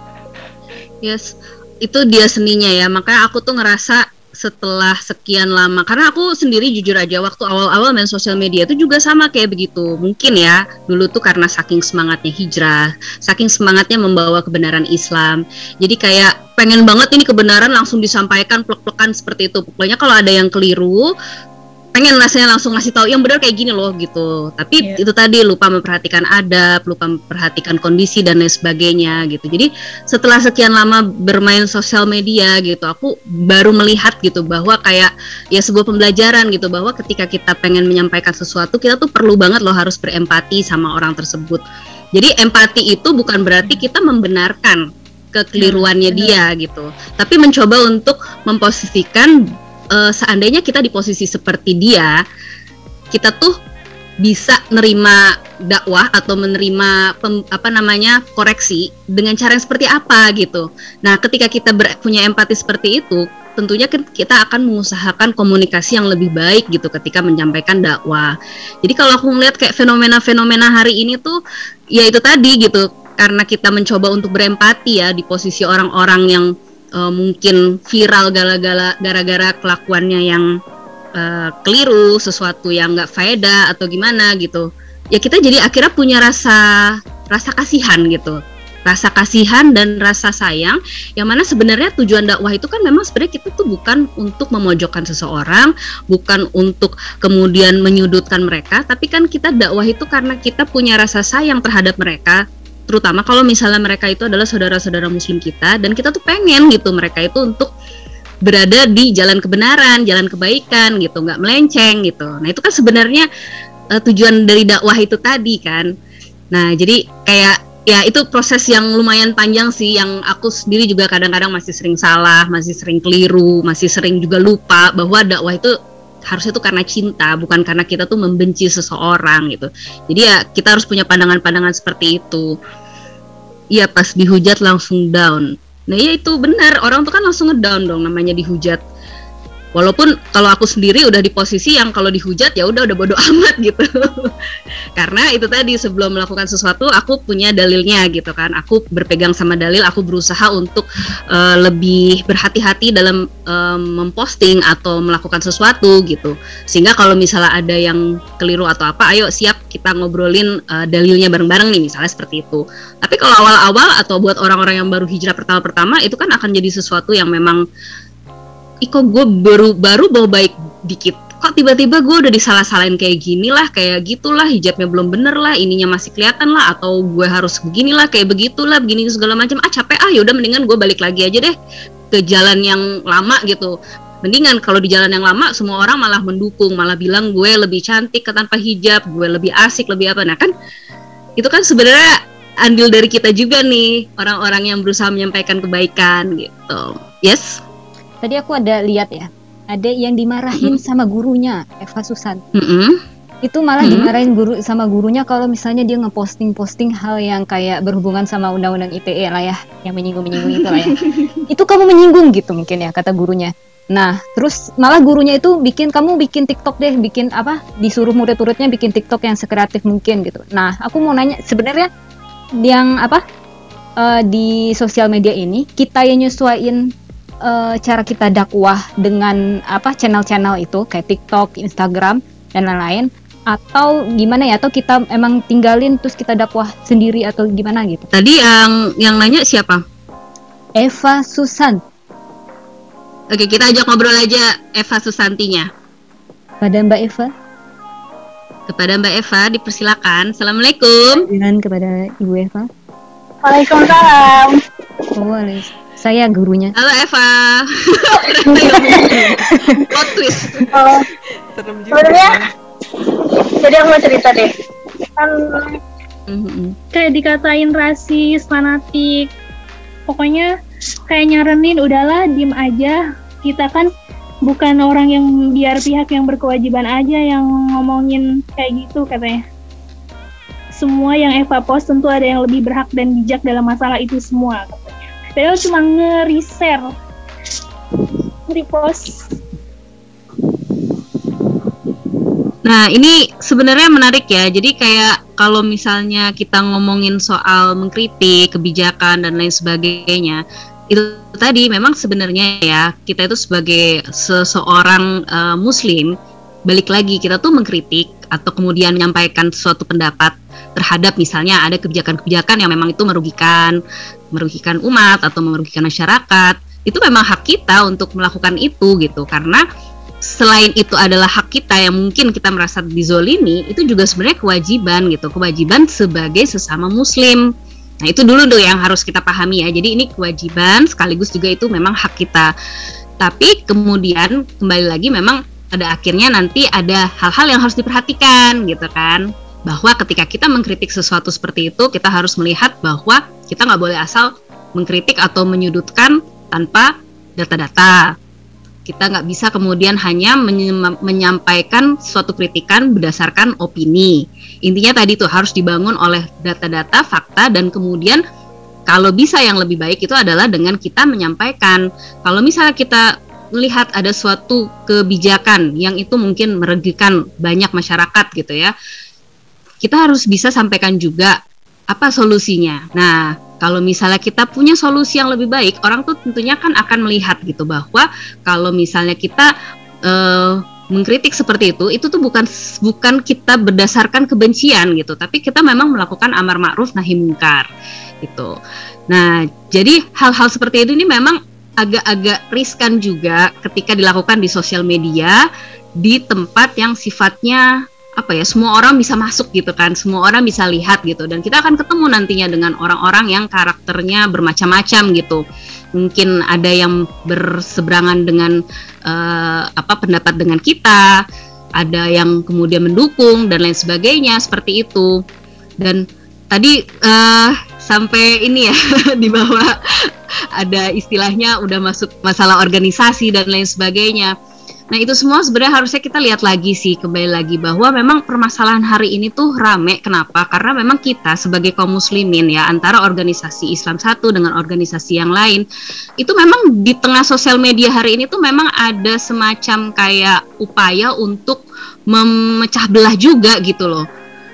Yes, itu dia seninya ya. Makanya aku tuh ngerasa setelah sekian lama, karena aku sendiri jujur aja waktu awal-awal main sosial media itu juga sama kayak begitu. Mungkin ya dulu tuh karena saking semangatnya hijrah, saking semangatnya membawa kebenaran Islam, jadi kayak pengen banget ini kebenaran langsung disampaikan plek-plekan seperti itu. Pokoknya kalau ada yang keliru pengen rasanya langsung ngasih tahu yang benar kayak gini loh gitu. Tapi yeah. itu tadi lupa memperhatikan adab, lupa memperhatikan kondisi dan lain sebagainya gitu. Jadi setelah sekian lama bermain sosial media gitu, aku baru melihat gitu bahwa kayak ya sebuah pembelajaran gitu, bahwa ketika kita pengen menyampaikan sesuatu, kita tuh perlu banget loh harus berempati sama orang tersebut. Jadi empati itu bukan berarti kita membenarkan kekeliruannya hmm, dia gitu, tapi mencoba untuk memposisikan Uh, seandainya kita di posisi seperti dia, kita tuh bisa nerima dakwah atau menerima pem, apa namanya koreksi dengan cara yang seperti apa gitu. Nah, ketika kita ber, punya empati seperti itu, tentunya kita akan mengusahakan komunikasi yang lebih baik gitu ketika menyampaikan dakwah. Jadi kalau aku ngeliat kayak fenomena-fenomena hari ini tuh, ya itu tadi gitu, karena kita mencoba untuk berempati ya di posisi orang-orang yang Uh, mungkin viral gara-gara gara-gara kelakuannya yang uh, keliru, sesuatu yang nggak faedah atau gimana gitu. Ya kita jadi akhirnya punya rasa rasa kasihan gitu, rasa kasihan dan rasa sayang. Yang mana sebenarnya tujuan dakwah itu kan memang sebenarnya kita tuh bukan untuk memojokkan seseorang, bukan untuk kemudian menyudutkan mereka, tapi kan kita dakwah itu karena kita punya rasa sayang terhadap mereka. Terutama kalau misalnya mereka itu adalah saudara-saudara muslim kita, dan kita tuh pengen gitu mereka itu untuk berada di jalan kebenaran, jalan kebaikan gitu, nggak melenceng gitu. Nah itu kan sebenarnya uh, tujuan dari dakwah itu tadi kan. Nah jadi kayak ya itu proses yang lumayan panjang sih, yang aku sendiri juga kadang-kadang masih sering salah, masih sering keliru, masih sering juga lupa bahwa dakwah itu harusnya tuh karena cinta, bukan karena kita tuh membenci seseorang gitu. Jadi ya kita harus punya pandangan-pandangan seperti itu. Iya, pas dihujat langsung down. Nah ya itu benar, orang tuh kan langsung ngedown dong namanya dihujat. Walaupun kalau aku sendiri udah di posisi yang kalau dihujat ya udah udah bodo amat gitu. Karena itu tadi, sebelum melakukan sesuatu aku punya dalilnya gitu kan. Aku berpegang sama dalil, aku berusaha untuk uh, lebih berhati-hati dalam uh, memposting atau melakukan sesuatu gitu. Sehingga kalau misalnya ada yang keliru atau apa, ayo siap kita ngobrolin uh, dalilnya bareng-bareng nih, misalnya seperti itu. Tapi kalau awal-awal atau buat orang-orang yang baru hijrah pertama-pertama, itu kan akan jadi sesuatu yang memang ih kok gue baru baru bawa baik dikit, kok tiba-tiba gue udah disalah-salahin kayak gini lah, kayak gitulah, hijabnya belum bener lah, ininya masih kelihatan lah, atau gue harus beginilah, kayak begitulah, begini segala macam. Ah capek ah, yaudah mendingan gue balik lagi aja deh ke jalan yang lama gitu. Mendingan kalau di jalan yang lama semua orang malah mendukung, malah bilang gue lebih cantik tanpa hijab, gue lebih asik, lebih apa. Nah kan itu kan sebenarnya andil dari kita juga nih, orang-orang yang berusaha menyampaikan kebaikan gitu. Yes. Tadi aku ada lihat ya, ada yang dimarahin mm-hmm. sama gurunya, Eva Susan. Mm-hmm. Itu malah mm-hmm. dimarahin guru sama gurunya kalau misalnya dia ngeposting-posting hal yang kayak berhubungan sama undang-undang I T E lah ya, yang menyinggung-menyinggung itu lah ya. Itu kamu menyinggung gitu mungkin ya, kata gurunya. Nah, terus malah gurunya itu bikin, kamu bikin TikTok deh, bikin apa, disuruh murid-muridnya bikin TikTok yang sekreatif mungkin gitu. Nah, aku mau nanya, sebenarnya yang apa, uh, di sosial media ini, kita yang nyesuaiin Uh, cara kita dakwah dengan apa channel-channel itu kayak TikTok, Instagram dan lain-lain, atau gimana ya, atau kita emang tinggalin terus kita dakwah sendiri atau gimana gitu. Tadi yang yang nanya siapa? Eva Susan. Oke, kita ajak ngobrol aja Eva Susantinya. Pada Mbak Eva. Kepada Mbak Eva dipersilakan. Assalamualaikum. Dan kepada Ibu Eva. Waalaikumsalam. Waalaikumsalam. Saya gurunya. Halo Eva. Plot twist. Oh. Sebenarnya, jadi aku mau cerita deh. Kan mm-hmm. kayak dikatain rasis, fanatik. pokoknya kayak nyaranin udahlah diem aja, kita kan bukan orang yang biar pihak yang berkewajiban aja yang ngomongin kayak gitu katanya. Semua yang Eva post tentu ada yang lebih berhak dan bijak dalam masalah itu semua katanya. Padahal cuma nge-reshare, nge-repost. Nah, ini sebenarnya menarik ya. Jadi kayak kalau misalnya kita ngomongin soal mengkritik kebijakan dan lain sebagainya, itu tadi memang sebenarnya ya, kita itu sebagai seseorang uh, muslim, balik lagi kita tuh mengkritik atau kemudian menyampaikan suatu pendapat terhadap misalnya ada kebijakan-kebijakan yang memang itu merugikan merugikan umat atau merugikan masyarakat. Itu memang hak kita untuk melakukan itu gitu, karena selain itu adalah hak kita yang mungkin kita merasa dizolimi, itu juga sebenarnya kewajiban gitu, kewajiban sebagai sesama muslim. Nah, itu dulu tuh yang harus kita pahami ya. Jadi ini kewajiban sekaligus juga itu memang hak kita. Tapi kemudian kembali lagi memang pada akhirnya nanti ada hal-hal yang harus diperhatikan gitu kan, bahwa ketika kita mengkritik sesuatu seperti itu, kita harus melihat bahwa kita nggak boleh asal mengkritik atau menyudutkan tanpa data-data. Kita nggak bisa kemudian hanya menye- menyampaikan suatu kritikan berdasarkan opini. Intinya tadi tuh harus dibangun oleh data-data, fakta, dan kemudian kalau bisa yang lebih baik itu adalah dengan kita menyampaikan. Kalau misalnya kita melihat ada suatu kebijakan yang itu mungkin merugikan banyak masyarakat gitu ya, kita harus bisa sampaikan juga apa solusinya. Nah, kalau misalnya kita punya solusi yang lebih baik, orang tuh tentunya kan akan melihat gitu bahwa kalau misalnya kita uh, mengkritik seperti itu, itu tuh bukan bukan kita berdasarkan kebencian gitu, tapi kita memang melakukan amar ma'ruf nahi mungkar gitu. Nah, jadi hal-hal seperti itu ini memang agak-agak riskan juga ketika dilakukan di sosial media, di tempat yang sifatnya apa ya, semua orang bisa masuk gitu kan, semua orang bisa lihat gitu, dan kita akan ketemu nantinya dengan orang-orang yang karakternya bermacam-macam gitu. Mungkin ada yang berseberangan dengan uh, apa pendapat dengan kita, ada yang kemudian mendukung dan lain sebagainya seperti itu. Dan tadi uh, sampai ini ya di bawah ada istilahnya udah masuk masalah organisasi dan lain sebagainya. Nah, itu semua sebenarnya harusnya kita lihat lagi sih, kembali lagi bahwa memang permasalahan hari ini tuh rame. Kenapa? Karena memang kita sebagai kaum muslimin ya, antara organisasi Islam satu dengan organisasi yang lain, itu memang di tengah sosial media hari ini tuh memang ada semacam kayak upaya untuk memecah belah juga gitu loh.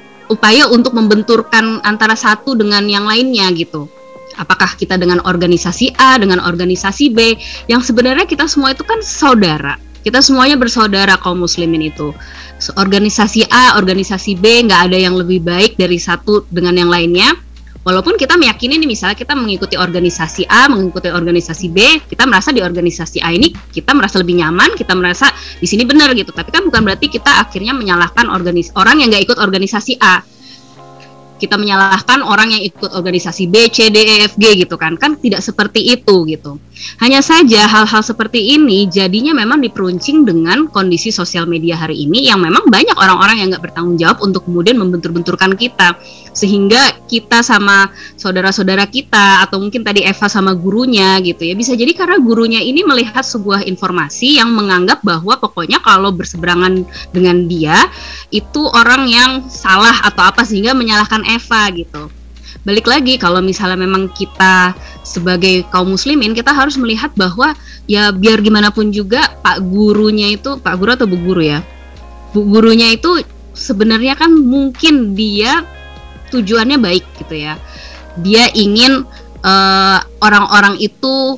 Upaya untuk membenturkan antara satu dengan yang lainnya gitu. Apakah kita dengan organisasi A, dengan organisasi B, yang sebenarnya kita semua itu kan saudara. Kita semuanya bersaudara kaum muslimin itu. So, organisasi A, organisasi B, nggak ada yang lebih baik dari satu dengan yang lainnya. Walaupun kita meyakini nih, misalnya kita mengikuti organisasi A, mengikuti organisasi B, kita merasa di organisasi A ini kita merasa lebih nyaman, kita merasa di sini benar gitu. Tapi kan bukan berarti kita akhirnya menyalahkan organis orang yang nggak ikut organisasi A. Kita menyalahkan orang yang ikut organisasi B, C, D, E, F, G gitu kan. Kan tidak seperti itu gitu. Hanya saja hal-hal seperti ini jadinya memang diperuncing dengan kondisi sosial media hari ini yang memang banyak orang-orang yang nggak bertanggung jawab untuk kemudian membentur-benturkan kita. Sehingga kita sama saudara-saudara kita, atau mungkin tadi Eva sama gurunya gitu ya, bisa jadi karena gurunya ini melihat sebuah informasi yang menganggap bahwa pokoknya kalau berseberangan dengan dia itu orang yang salah atau apa, sehingga menyalahkan Eva gitu. Balik lagi, kalau misalnya memang kita sebagai kaum muslimin, kita harus melihat bahwa ya biar gimana pun juga Pak gurunya itu, Pak guru atau Bu guru ya, Bu gurunya itu sebenarnya kan mungkin dia tujuannya baik gitu ya. Dia ingin uh, orang-orang itu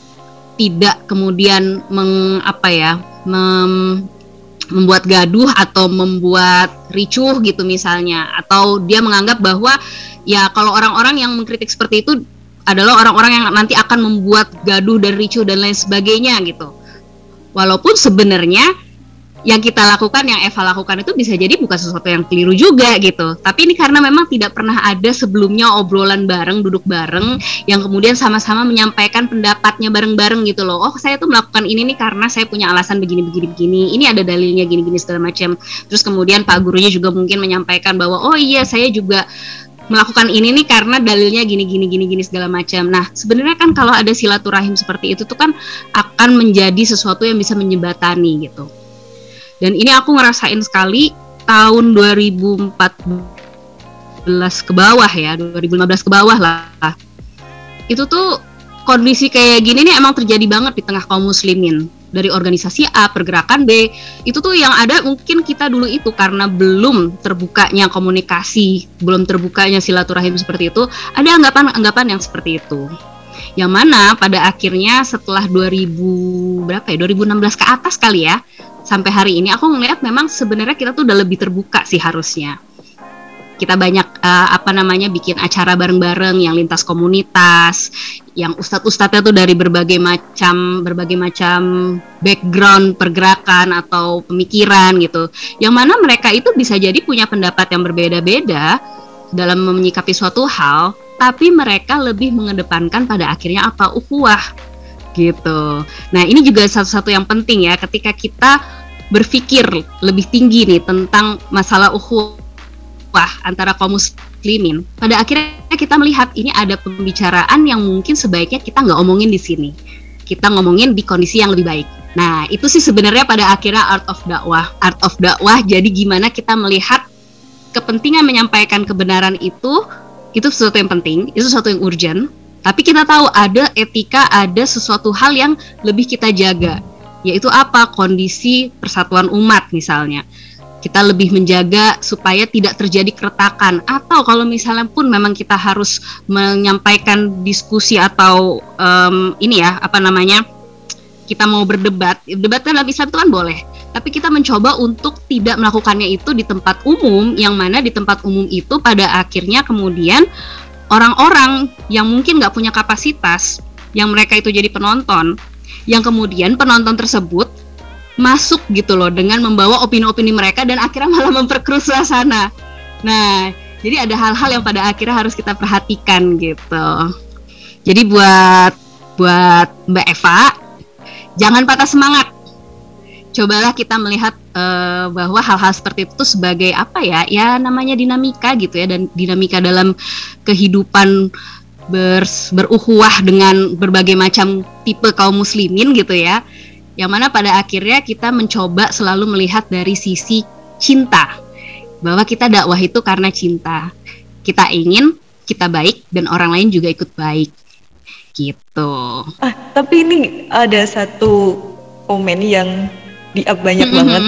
tidak kemudian meng, apa ya, mem, membuat gaduh atau membuat ricuh gitu misalnya, atau dia menganggap bahwa ya kalau orang-orang yang mengkritik seperti itu adalah orang-orang yang nanti akan membuat gaduh dan ricuh dan lain sebagainya gitu. Walaupun sebenarnya yang kita lakukan, yang Eva lakukan itu bisa jadi bukan sesuatu yang keliru juga gitu. Tapi ini karena memang tidak pernah ada sebelumnya obrolan bareng, duduk bareng, yang kemudian sama-sama menyampaikan pendapatnya bareng-bareng gitu loh. Oh, saya tuh melakukan ini nih karena saya punya alasan begini-begini-begini. Ini ada dalilnya gini-gini segala macam. Terus kemudian Pak gurunya juga mungkin menyampaikan bahwa oh iya saya juga melakukan ini nih karena dalilnya gini gini gini gini segala macam. Nah, sebenarnya kan kalau ada silaturahim seperti itu tuh kan akan menjadi sesuatu yang bisa menjembatani gitu. Dan ini aku ngerasain sekali tahun dua ribu empat belas ke bawah ya, dua ribu lima belas ke bawah lah. Itu tuh kondisi kayak gini nih emang terjadi banget di tengah kaum muslimin. Dari organisasi A, pergerakan B, itu tuh yang ada mungkin kita dulu itu karena belum terbukanya komunikasi, belum terbukanya silaturahim seperti itu, ada anggapan-anggapan yang seperti itu. Yang mana pada akhirnya setelah dua ribu berapa ya, dua ribu enam belas ke atas kali ya, sampai hari ini aku ngelihat memang sebenarnya kita tuh udah lebih terbuka sih harusnya. Kita banyak uh, apa namanya bikin acara bareng-bareng yang lintas komunitas, yang ustadz-ustadznya tuh dari berbagai macam berbagai macam background pergerakan atau pemikiran gitu. Yang mana mereka itu bisa jadi punya pendapat yang berbeda-beda dalam menyikapi suatu hal, tapi mereka lebih mengedepankan pada akhirnya apa, ukhuwah gitu. Nah, ini juga satu-satu yang penting ya ketika kita berpikir lebih tinggi nih tentang masalah ukhuwah wah antara kaum muslimin. Pada akhirnya kita melihat ini ada pembicaraan yang mungkin sebaiknya kita nggak omongin di sini. Kita ngomongin di kondisi yang lebih baik. Nah, itu sih sebenarnya pada akhirnya art of dakwah. Art of dakwah jadi gimana kita melihat kepentingan menyampaikan kebenaran itu, itu sesuatu yang penting, itu sesuatu yang urgent. Tapi kita tahu ada etika, ada sesuatu hal yang lebih kita jaga. Yaitu apa? Kondisi persatuan umat misalnya. Kita lebih menjaga supaya tidak terjadi keretakan, atau kalau misalnya pun memang kita harus menyampaikan diskusi atau um, ini ya apa namanya kita mau berdebat, debat kan dalam Islam itu kan boleh, tapi kita mencoba untuk tidak melakukannya itu di tempat umum, yang mana di tempat umum itu pada akhirnya kemudian orang-orang yang mungkin nggak punya kapasitas, yang mereka itu jadi penonton, yang kemudian penonton tersebut masuk gitu loh dengan membawa opini-opini mereka dan akhirnya malah memperkeruh suasana. Nah, jadi ada hal-hal yang pada akhirnya harus kita perhatikan gitu. Jadi buat buat Mbak Eva, jangan patah semangat. Cobalah kita melihat uh, bahwa hal-hal seperti itu sebagai apa ya? Ya namanya dinamika gitu ya, dan dinamika dalam kehidupan ber, berukhuwah dengan berbagai macam tipe kaum muslimin gitu ya. Yang mana pada akhirnya kita mencoba selalu melihat dari sisi cinta, bahwa kita dakwah itu karena cinta. Kita ingin kita baik dan orang lain juga ikut baik gitu. Ah, tapi ini ada satu komen yang di-up banyak mm-hmm. banget.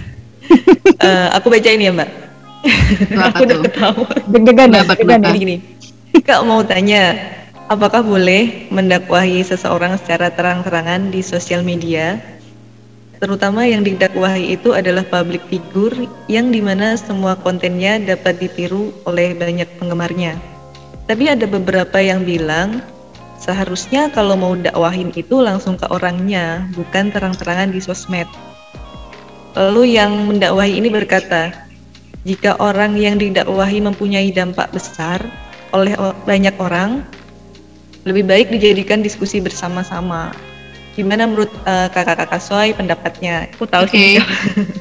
uh, aku bacain ya Mbak. Aku udah ketawa. Deg-degan ya, deg-degan ya. Gini, Kak mau tanya, apakah boleh mendakwahi seseorang secara terang-terangan di sosial media? Terutama yang didakwahi itu adalah public figure yang dimana semua kontennya dapat ditiru oleh banyak penggemarnya. Tapi ada beberapa yang bilang seharusnya kalau mau dakwahin itu langsung ke orangnya, bukan terang-terangan di sosmed. Lalu yang mendakwahi ini berkata, jika orang yang didakwahi mempunyai dampak besar oleh banyak orang, lebih baik dijadikan diskusi bersama-sama. Gimana menurut uh, kakak-kakak Soy pendapatnya? Aku tahu okay. sih. Oke.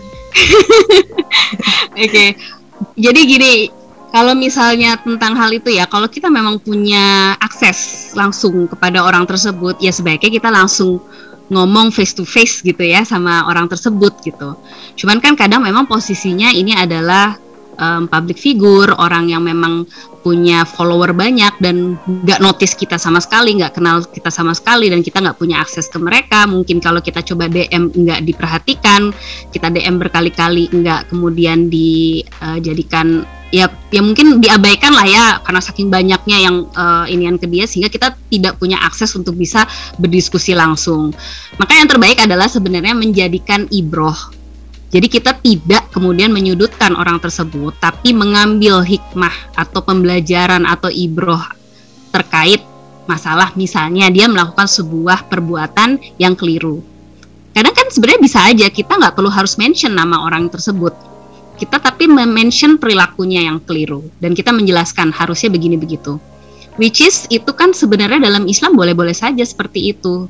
Okay. Jadi gini, kalau misalnya tentang hal itu ya, kalau kita memang punya akses langsung kepada orang tersebut, ya sebaiknya kita langsung ngomong face to face gitu ya sama orang tersebut gitu. Cuman kan kadang memang posisinya ini adalah um, public figure, orang yang memang punya follower banyak dan nggak notice kita sama sekali, nggak kenal kita sama sekali, dan kita nggak punya akses ke mereka. Mungkin kalau kita coba D M nggak diperhatikan, kita D M berkali-kali nggak kemudian dijadikan uh, ya ya mungkin diabaikan lah ya, karena saking banyaknya yang uh, inian ke dia, sehingga kita tidak punya akses untuk bisa berdiskusi langsung. Maka yang terbaik adalah sebenarnya menjadikan ibroh. Jadi kita tidak kemudian menyudutkan orang tersebut, tapi mengambil hikmah atau pembelajaran atau ibroh terkait masalah misalnya dia melakukan sebuah perbuatan yang keliru. Kadang kan sebenarnya bisa aja kita nggak perlu harus mention nama orang tersebut. Kita tapi mention perilakunya yang keliru dan kita menjelaskan harusnya begini begitu. Which is itu kan sebenarnya dalam Islam boleh-boleh saja seperti itu.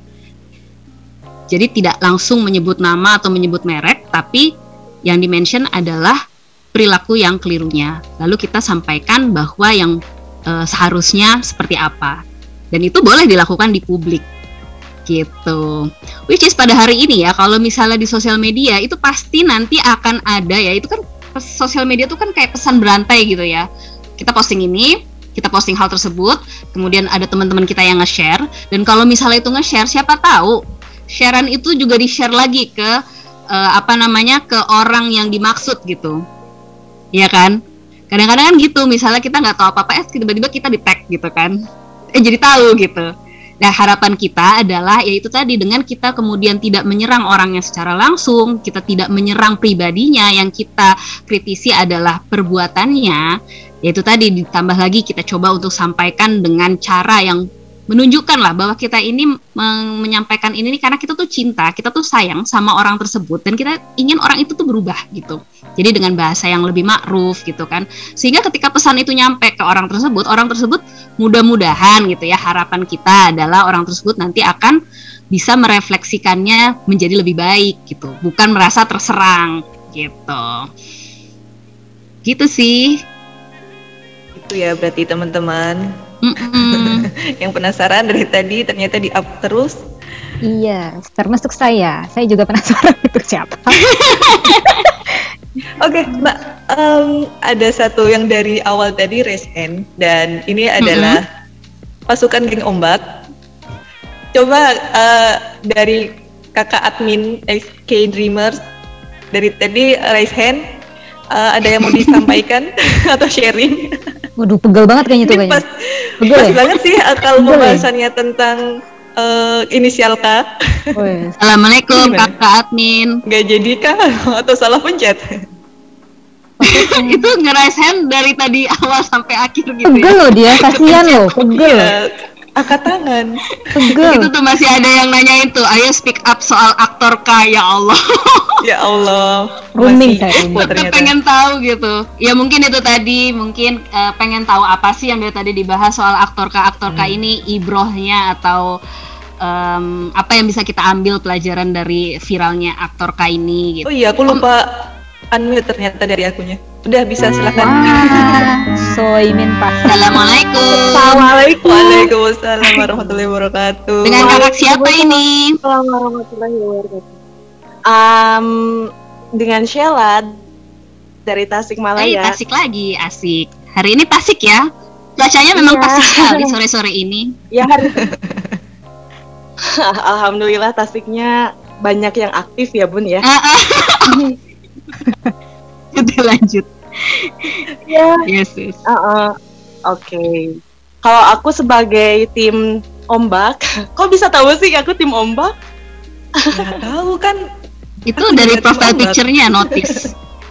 Jadi tidak langsung menyebut nama atau menyebut merek, tapi yang dimention adalah perilaku yang kelirunya. Lalu kita sampaikan bahwa yang uh, seharusnya seperti apa. Dan itu boleh dilakukan di publik. Gitu. Which is pada hari ini ya, kalau misalnya di sosial media itu pasti nanti akan ada ya, itu kan sosial media itu kan kayak pesan berantai gitu ya. Kita posting ini, kita posting hal tersebut, kemudian ada teman-teman kita yang nge-share, dan kalau misalnya itu nge-share, siapa tahu sharean itu juga di-share lagi ke uh, apa namanya ke orang yang dimaksud gitu. Iya kan? Kadang-kadang kan gitu, misalnya kita nggak tahu apa-apa, eh tiba-tiba kita di-tag gitu kan. Eh jadi tahu gitu. Nah harapan kita adalah yaitu tadi dengan kita kemudian tidak menyerang orangnya secara langsung, kita tidak menyerang pribadinya, yang kita kritisi adalah perbuatannya, yaitu tadi ditambah lagi kita coba untuk sampaikan dengan cara yang menunjukkan lah bahwa kita ini men- menyampaikan ini karena kita tuh cinta, kita tuh sayang sama orang tersebut dan kita ingin orang itu tuh berubah gitu. Jadi dengan bahasa yang lebih ma'ruf gitu kan. Sehingga ketika pesan itu nyampe ke orang tersebut, orang tersebut mudah-mudahan gitu ya, harapan kita adalah orang tersebut nanti akan bisa merefleksikannya menjadi lebih baik gitu, bukan merasa terserang gitu. Gitu sih. Itu ya berarti teman-teman. Yang penasaran dari tadi ternyata di up terus. Iya, termasuk saya. Saya juga penasaran itu siapa. Oke, okay, Mbak, um, ada satu yang dari awal tadi raise hand, dan ini adalah mm-hmm. pasukan geng ombak. Coba uh, dari kakak admin X K Dreamers, dari tadi raise hand, uh, ada yang mau disampaikan atau sharing? Waduh, pegel banget kayaknya itu kayaknya. Pas, pas ya? banget sih kalau pembahasannya ya? Tentang uh, inisial K. Oh, ya. Assalamualaikum kakak admin. Gak jadi K atau salah pencet? Itu nge-raise hand dari tadi awal sampai akhir gitu. Pegel loh dia, kasihan loh, pegel. Ya, angkat tangan. Pegel. Itu tuh masih ada yang nanyain tuh, ayo speak up soal aktor K, ya Allah. Ya Allah. Rooming saya ini. Pengen tahu gitu. Ya mungkin itu tadi, mungkin uh, pengen tahu apa sih yang dari tadi dibahas soal aktor K, aktor K hmm. ini ibrohnya atau um, apa yang bisa kita ambil pelajaran dari viralnya aktor K ini gitu. Oh iya, aku lupa unmute ternyata dari akunya. Udah bisa, silakan. Soimin pas. Assalamualaikum. Assalamualaikum. Waalaikumsalam warahmatullahi wabarakatuh. Dengan kakak siapa ini? Assalamualaikum warahmatullahi wabarakatuh. Um, dengan Sheila dari Tasikmalaya. Eh, Tasik lagi, asik. Hari ini Tasik ya? Cuacanya memang iya. Tasik sekali sore-sore ini. Ya hari. Alhamdulillah Tasiknya banyak yang aktif ya Bun ya. Udah lanjut. Ya. Yes, yes. Uh-uh. Oke. Okay. Kalau aku sebagai tim ombak, kok bisa tahu sih aku tim ombak? Nggak tahu kan. Itu dari profile picture-nya notice.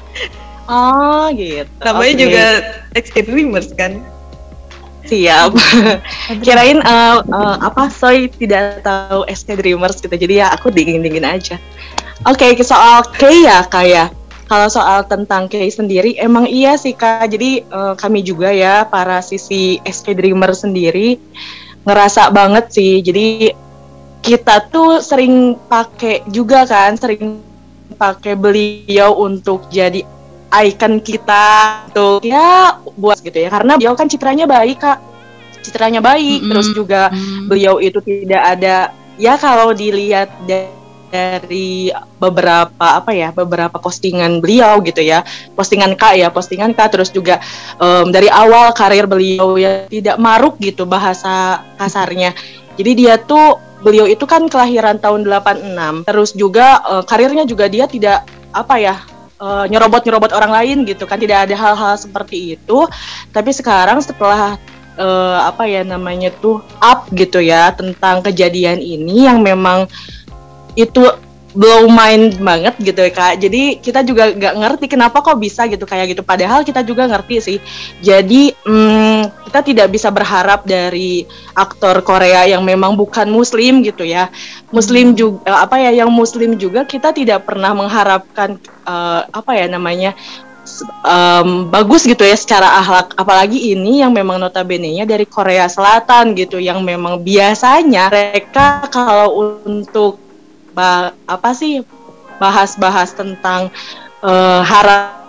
Oh gitu. Namanya okay. juga X K Dreamers kan. Siap. Kirain uh, uh, apa Soy tidak tahu X K Dreamers gitu. Jadi ya aku dingin-dingin aja. Oke, okay, soal K ya kayak kalau soal tentang K sendiri emang iya sih Kak. Jadi uh, kami juga ya para sisi X K Dreamers sendiri ngerasa banget sih. Jadi kita tuh sering pakai juga kan, sering pakai beliau untuk jadi icon kita tuh ya buat gitu ya, karena beliau kan citranya baik Kak, citranya baik, mm-hmm. terus juga mm-hmm. beliau itu tidak ada ya kalau dilihat dari beberapa apa ya beberapa postingan beliau gitu ya, postingan Kak ya, postingan Kak terus juga um, dari awal karir beliau ya tidak maruk gitu bahasa kasarnya, jadi dia tuh beliau itu kan kelahiran tahun delapan enam, terus juga uh, karirnya juga dia tidak apa ya uh, nyerobot-nyerobot orang lain gitu kan, tidak ada hal-hal seperti itu. Tapi sekarang setelah uh, apa ya namanya tuh up gitu ya tentang kejadian ini yang memang itu blow mind banget gitu ya Kak. Jadi kita juga nggak ngerti kenapa kok bisa gitu kayak gitu. Padahal kita juga ngerti sih. Jadi hmm, kita tidak bisa berharap dari aktor Korea yang memang bukan Muslim gitu ya. Muslim juga apa ya yang Muslim juga kita tidak pernah mengharapkan uh, apa ya namanya um, bagus gitu ya secara akhlak. Apalagi ini yang memang notabene-nya dari Korea Selatan gitu yang memang biasanya mereka kalau untuk Ba, apa sih bahas-bahas tentang uh, haram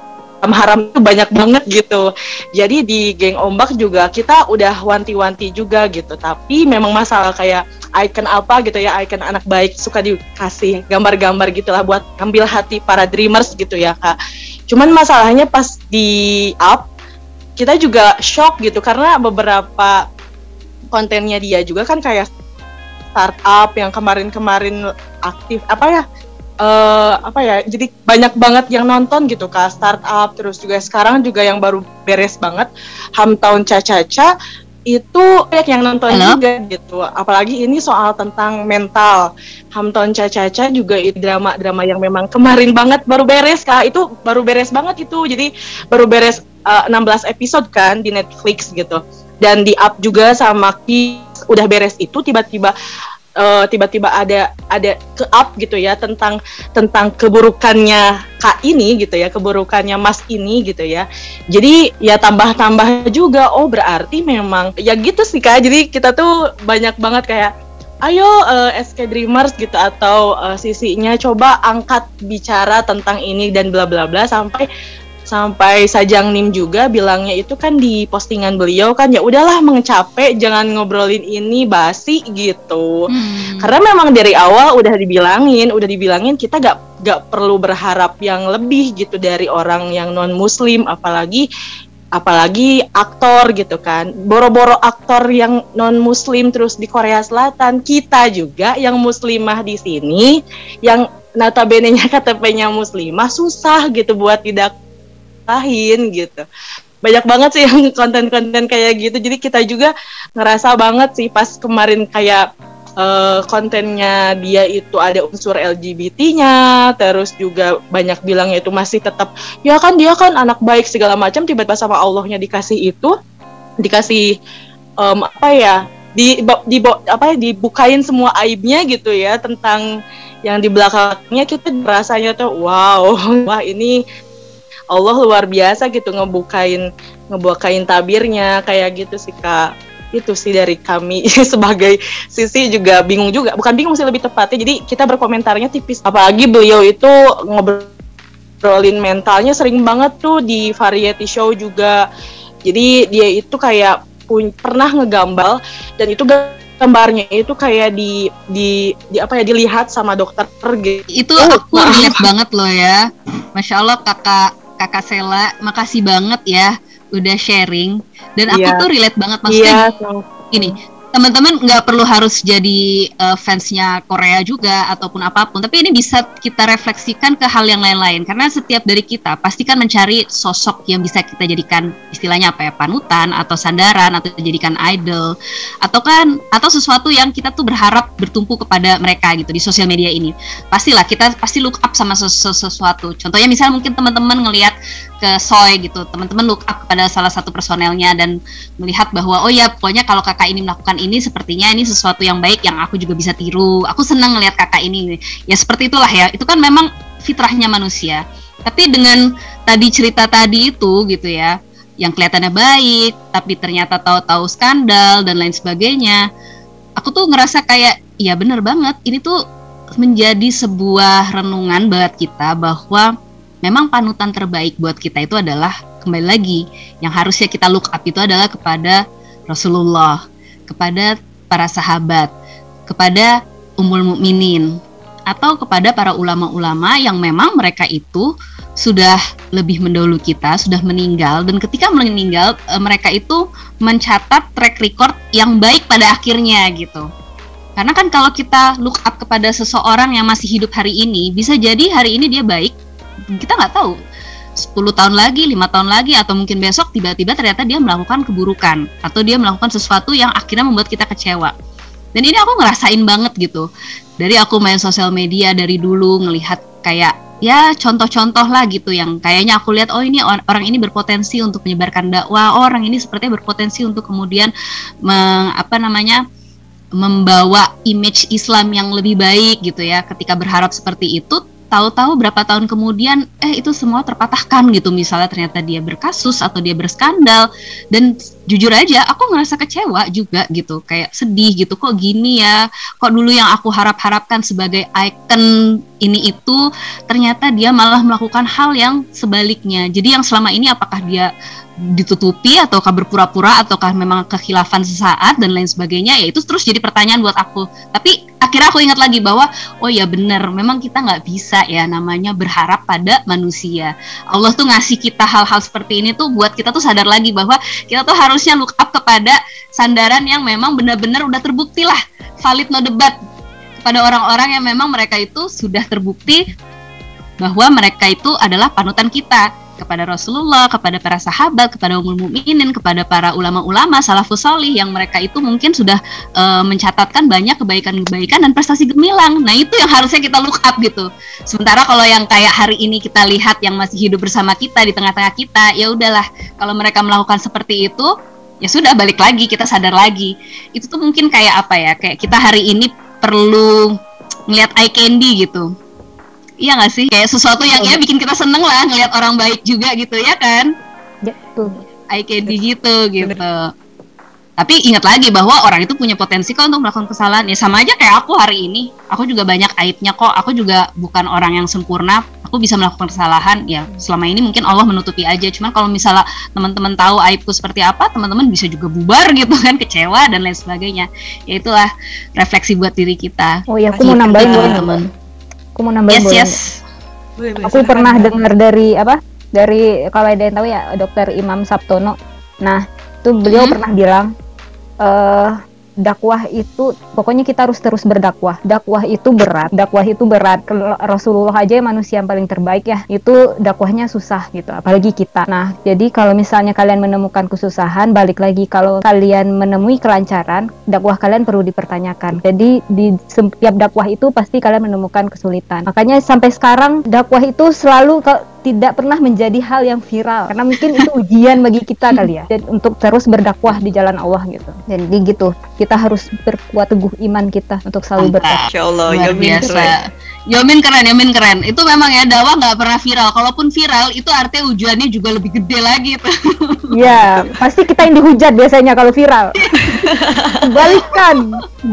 haram itu banyak banget gitu. Jadi di Geng Ombak juga kita udah wanti-wanti juga gitu. Tapi memang masalah kayak icon apa gitu ya, icon anak baik suka dikasih gambar-gambar gitulah buat ambil hati para dreamers gitu ya Kak. Cuman masalahnya pas di up kita juga shock gitu karena beberapa kontennya dia juga kan kayak startup yang kemarin-kemarin aktif apa ya? Uh, apa ya, jadi banyak banget yang nonton gitu Kak, startup, terus juga sekarang juga yang baru beres banget Hometown Cha-Cha-Cha itu banyak yang nonton Halo? juga gitu, apalagi ini soal tentang mental. Hometown Cha-Cha-Cha juga drama-drama yang memang kemarin banget baru beres Kak, itu baru beres banget itu, jadi baru beres uh, enam belas episode kan di Netflix gitu, dan di up juga sama Kiss udah beres itu tiba-tiba Uh, tiba-tiba ada ada ke up gitu ya tentang tentang keburukannya Kak ini gitu ya, keburukannya Mas ini gitu ya. Jadi ya tambah-tambah juga, oh berarti memang ya gitu sih Kak. Jadi kita tuh banyak banget kayak ayo uh, S K Dreamers gitu atau uh, sisinya coba angkat bicara tentang ini dan bla bla bla sampai sampai Sajang Nim juga bilangnya itu kan di postingan beliau kan ya udahlah mengecapek jangan ngobrolin ini basi gitu. Hmm. Karena memang dari awal udah dibilangin, udah dibilangin kita gak gak perlu berharap yang lebih gitu dari orang yang non muslim, apalagi apalagi aktor gitu kan. Boro-boro aktor yang non muslim terus di Korea Selatan, kita juga yang muslimah di sini yang notabene-nya K T P-nya muslimah susah gitu buat tidak lain gitu. Banyak banget sih yang konten-konten kayak gitu. Jadi kita juga ngerasa banget sih pas kemarin kayak uh, kontennya dia itu ada unsur L G B T-nya, terus juga banyak bilangnya itu masih tetap ya kan dia kan anak baik segala macam, tiba-tiba sama Allahnya dikasih itu, dikasih um, apa ya? di, di apa ya dibukain semua aibnya gitu ya tentang yang di belakangnya. Kita rasanya tuh wow, wah ini Allah luar biasa gitu ngebukain ngebukain tabirnya kayak gitu sih Kak. Itu sih dari kami sebagai sisi juga bingung juga, bukan bingung sih lebih tepatnya, jadi kita berkomentarnya tipis. Apalagi beliau itu ngobrolin mentalnya sering banget tuh di variety show juga. Jadi dia itu kayak pun, pernah ngegambal dan itu gambarnya itu kayak di di, di apa ya dilihat sama dokter gitu. Itu aku lihat banget loh ya. Masya Allah kakak Kakak Sela, makasih banget ya udah sharing, dan aku yeah. tuh relate banget maksudnya yeah, so. Gini, teman-teman nggak perlu harus jadi uh, fansnya Korea juga ataupun apapun, tapi ini bisa kita refleksikan ke hal yang lain-lain, karena setiap dari kita pasti kan mencari sosok yang bisa kita jadikan istilahnya apa ya, panutan atau sandaran atau jadikan idol, atau kan atau sesuatu yang kita tuh berharap bertumpu kepada mereka gitu di sosial media ini. Pastilah kita pasti look up sama sesu- sesuatu. Contohnya misalnya mungkin teman-teman ngelihat ke Soy gitu, teman-teman look up kepada salah satu personelnya dan melihat bahwa oh ya pokoknya kalau kakak ini melakukan ini sepertinya ini sesuatu yang baik yang aku juga bisa tiru. Aku senang ngelihat kakak ini. Ya seperti itulah ya. Itu kan memang fitrahnya manusia. Tapi dengan tadi cerita tadi itu gitu ya, yang kelihatannya baik tapi ternyata tahu-tahu skandal dan lain sebagainya. Aku tuh ngerasa kayak iya bener banget. Ini tuh menjadi sebuah renungan buat kita bahwa memang panutan terbaik buat kita itu adalah kembali lagi yang harusnya kita look up itu adalah kepada Rasulullah, kepada para sahabat, kepada Ummul Mukminin, atau kepada para ulama-ulama yang memang mereka itu sudah lebih mendahulu kita, sudah meninggal, dan ketika meninggal mereka itu mencatat track record yang baik pada akhirnya gitu. Karena kan kalau kita look up kepada seseorang yang masih hidup hari ini, bisa jadi hari ini dia baik, kita nggak tahu sepuluh tahun lagi, lima tahun lagi, atau mungkin besok tiba-tiba ternyata dia melakukan keburukan atau dia melakukan sesuatu yang akhirnya membuat kita kecewa. Dan ini aku ngerasain banget gitu. Dari aku main sosial media dari dulu, ngelihat kayak ya contoh-contoh lah gitu yang kayaknya aku lihat oh ini orang ini berpotensi untuk menyebarkan dakwah, oh, orang ini sepertinya berpotensi untuk kemudian meng, apa namanya membawa image Islam yang lebih baik gitu ya. Ketika berharap seperti itu, tahu-tahu berapa tahun kemudian eh itu semua terpatahkan gitu. Misalnya ternyata dia berkasus atau dia berskandal, dan jujur aja aku ngerasa kecewa juga gitu, kayak sedih gitu, kok gini ya, kok dulu yang aku harap-harapkan sebagai icon ini itu ternyata dia malah melakukan hal yang sebaliknya. Jadi yang selama ini apakah dia ditutupi ataukah berpura-pura ataukah memang kekhilafan sesaat dan lain sebagainya, ya itu terus jadi pertanyaan buat aku. Tapi akhirnya aku ingat lagi bahwa oh ya benar, memang kita nggak bisa ya namanya berharap pada manusia. Allah tuh ngasih kita hal-hal seperti ini tuh buat kita tuh sadar lagi bahwa kita tuh harusnya look up kepada sandaran yang memang benar-benar udah terbukti lah, valid no debat, kepada orang-orang yang memang mereka itu sudah terbukti bahwa mereka itu adalah panutan kita, kepada Rasulullah, kepada para sahabat, kepada ummul mukminin, kepada para ulama-ulama salafus sholih yang mereka itu mungkin sudah uh, mencatatkan banyak kebaikan-kebaikan dan prestasi gemilang. Nah itu yang harusnya kita look up gitu. Sementara kalau yang kayak hari ini kita lihat yang masih hidup bersama kita di tengah-tengah kita, ya udahlah, kalau mereka melakukan seperti itu, ya sudah, balik lagi, kita sadar lagi. Itu tuh mungkin kayak apa ya, kayak kita hari ini perlu ngeliat eye candy gitu. Iya nggak sih? Kayak sesuatu yang ya bikin kita seneng lah ngelihat orang baik juga gitu ya kan? Ya, tuh. Eye candy gitu gitu. Tapi ingat lagi bahwa orang itu punya potensi kok untuk melakukan kesalahan. Ya sama aja kayak aku hari ini. Aku juga banyak aibnya kok. Aku juga bukan orang yang sempurna. Aku bisa melakukan kesalahan. Ya selama ini mungkin Allah menutupi aja. Cuman kalau misalnya teman-teman tahu aibku seperti apa, teman-teman bisa juga bubar gitu kan, kecewa dan lain sebagainya. Ya itulah refleksi buat diri kita. Oh ya, aku mau nambahin teman-teman. Aku mau nambahin yes, boleh. Yes. Aku pernah dengar dari apa? Dari kalau ada yang tahu ya, Dokter Imam Sabtono. Nah, itu beliau hmm? pernah bilang eh dakwah itu pokoknya kita harus terus berdakwah. Dakwah itu berat, dakwah itu berat. Rasulullah aja manusia yang paling terbaik ya, itu dakwahnya susah gitu, apalagi kita. Nah, jadi kalau misalnya kalian menemukan kesusahan, balik lagi, kalau kalian menemui kelancaran, dakwah kalian perlu dipertanyakan. Jadi di setiap dakwah itu pasti kalian menemukan kesulitan. Makanya sampai sekarang dakwah itu selalu ke- tidak pernah menjadi hal yang viral, karena mungkin itu ujian bagi kita kali ya, dan untuk terus berdakwah di jalan Allah gitu. Jadi gitu, kita harus berkuat teguh iman kita untuk selalu berdakwah. Insya Allah, Yomin keren. Yomin keren, Yomin keren. Itu memang ya, dakwah nggak pernah viral. Kalaupun viral, itu artinya ujiannya juga lebih gede lagi tuh. Iya, pasti kita yang dihujat biasanya kalau viral. Balikan.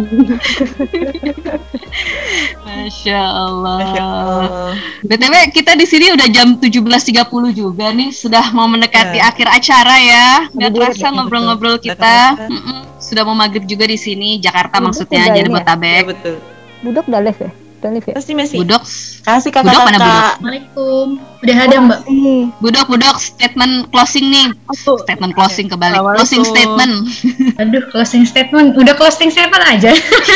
Masya Allah. Masya Allah. B T W kita di sini udah jam tujuh belas tiga puluh juga nih, sudah mau mendekati Ya. akhir acara ya. Nggak terasa Ya, ngobrol-ngobrol betul. kita. Nggak terasa. Mm-mm. Sudah mau maghrib juga di sini, Jakarta Budok maksudnya, udah jadi ini ya? Jabodetabek. Ya, betul. Budok udah live ya? Udah live ya? Masih masih. Budok, Kasih Budok mana Budok? kakak-kakak. Assalamualaikum. Udah ada Mbak. Nih, Budok, Budok, statement closing nih. Statement closing kebalik, closing statement. Aduh, closing statement. Udah closing statement aja.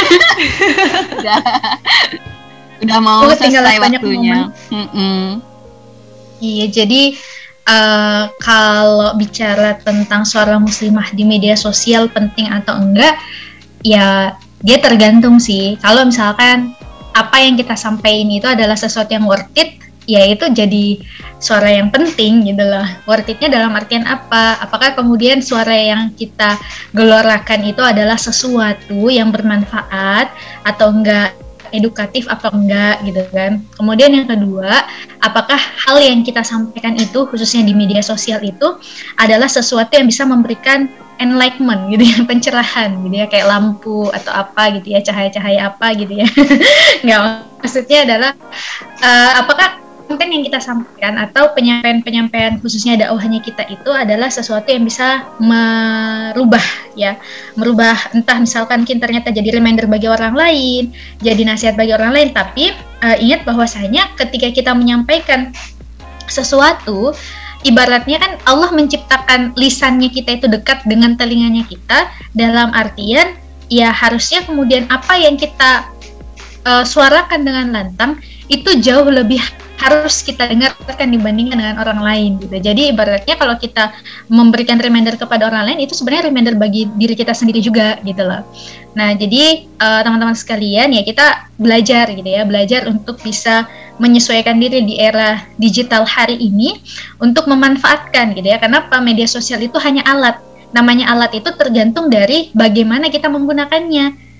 udah, udah mau Oh, tinggal selesai banyak waktunya. Mm-mm. Iya, jadi uh, kalau bicara tentang seorang muslimah di media sosial penting atau enggak, ya dia tergantung sih. Kalau misalkan apa yang kita sampaikan itu adalah sesuatu yang worth it, ya itu jadi suara yang penting gitu loh. Worth it-nya dalam artian apa? Apakah kemudian suara yang kita gelorakan itu adalah sesuatu yang bermanfaat atau enggak, edukatif apa enggak gitu kan. Kemudian yang kedua, apakah hal yang kita sampaikan itu khususnya di media sosial itu adalah sesuatu yang bisa memberikan enlightenment gitu ya, pencerahan gitu ya, kayak lampu atau apa gitu ya, cahaya-cahaya apa gitu ya. Enggak, maksudnya adalah uh, apakah konten yang kita sampaikan atau penyampaian-penyampaian khususnya dakwahnya kita itu adalah sesuatu yang bisa merubah ya, merubah entah misalkan kita ternyata jadi reminder bagi orang lain, jadi nasihat bagi orang lain, tapi uh, ingat bahwasanya ketika kita menyampaikan sesuatu, ibaratnya kan Allah menciptakan lisannya kita itu dekat dengan telinganya kita, dalam artian ya harusnya kemudian apa yang kita uh, suarakan dengan lantang itu jauh lebih harus kita dengarkan dibandingkan dengan orang lain gitu. Jadi ibaratnya kalau kita memberikan reminder kepada orang lain, itu sebenarnya reminder bagi diri kita sendiri juga gitu loh. Nah jadi uh, teman-teman sekalian ya, kita belajar gitu ya, belajar untuk bisa menyesuaikan diri di era digital hari ini untuk memanfaatkan gitu ya. Kenapa? Media sosial itu hanya alat. Namanya alat itu tergantung dari bagaimana kita menggunakannya.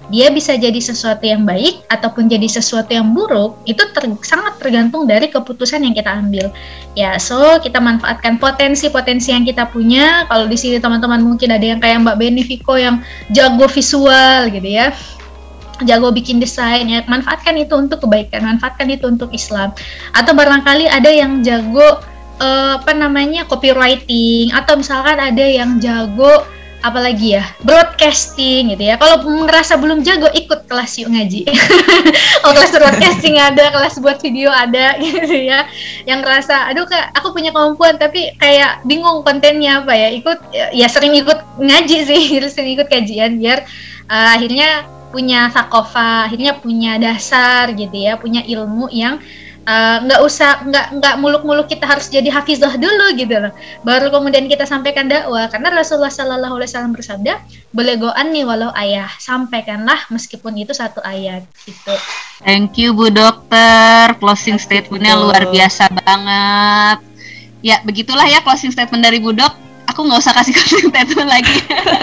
dia bisa jadi sesuatu yang baik ataupun jadi sesuatu yang buruk, itu ter, sangat tergantung dari keputusan yang kita ambil. Ya, so kita manfaatkan potensi-potensi yang kita punya. Kalau di sini teman-teman mungkin ada yang kayak Mbak Benefico yang jago visual gitu ya, jago bikin desain, ya manfaatkan itu untuk kebaikan, manfaatkan itu untuk Islam. Atau barangkali ada yang jago uh, apa namanya copywriting, atau misalkan ada yang jago apalagi ya, broadcasting gitu ya. Kalau ngerasa belum jago, ikut kelas yuk ngaji. Oh, kelas broadcasting ada, kelas buat video ada gitu ya. Yang ngerasa, aduh kak, aku punya kemampuan tapi kayak bingung kontennya apa ya, ikut ya sering ikut ngaji sih, sering ikut kajian biar uh, akhirnya punya sakofa, akhirnya punya dasar gitu ya, punya ilmu yang nggak uh, usah nggak nggak muluk-muluk kita harus jadi hafizah dulu gitu loh, baru kemudian kita sampaikan dakwah. Karena Rasulullah Shallallahu Alaihi Wasallam bersabda, belegoan nih walau ayah, sampaikanlah meskipun itu satu ayat gitu. Thank you Bu Dokter, closing statementnya luar biasa banget. Ya begitulah ya closing statement dari Bu Dok. Aku nggak usah kasih closing statement lagi.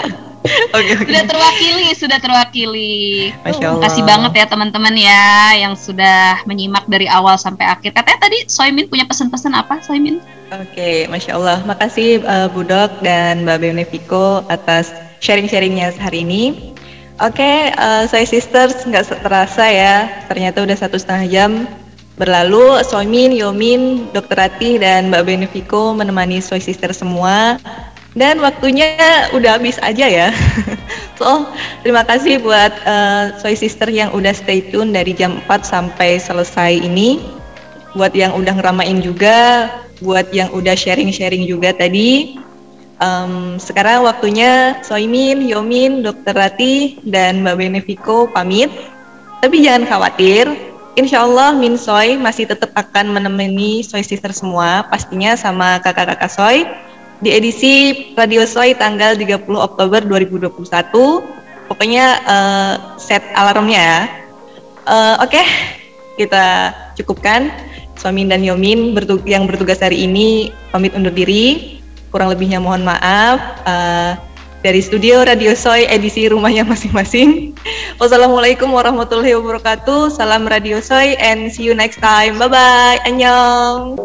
Oke, oke. Sudah terwakili, sudah terwakili. Masya Allah. Terima kasih banget ya teman-teman ya yang sudah menyimak dari awal sampai akhir. Katanya tadi Soimin punya pesan-pesan apa, Soimin? Oke, Masya Allah. Makasih uh, Bu Dok dan Mbak Benefico atas sharing-sharingnya hari ini. Oke, uh, Soy Sisters, nggak terasa ya, ternyata udah satu setengah jam berlalu. Soimin, Yomin, Dokter Ratih, dan Mbak Benefico menemani Soy Sisters semua. Dan waktunya udah habis aja ya. So, terima kasih buat uh, Soy Sister yang udah stay tune dari jam empat sampai selesai ini. Buat yang udah ngeramain juga, buat yang udah sharing-sharing juga tadi. Um, sekarang waktunya Soimin, Yomin, Dokter Ratih, dan Mbak Benefico pamit. Tapi jangan khawatir, insya Allah Min Soy masih tetap akan menemani Soy Sister semua, pastinya sama kakak-kakak Soy di edisi Radio Soy tanggal tiga puluh Oktober dua ribu dua puluh satu. Pokoknya uh, set alarmnya ya. Uh, Oke, okay. Kita cukupkan. Soimin dan Yomin bertug- yang bertugas hari ini pamit undur diri. Kurang lebihnya mohon maaf. Uh, dari studio Radio Soy edisi rumahnya masing-masing. Wassalamualaikum warahmatullahi wabarakatuh. Salam Radio Soy and see you next time. Bye-bye. Annyeong.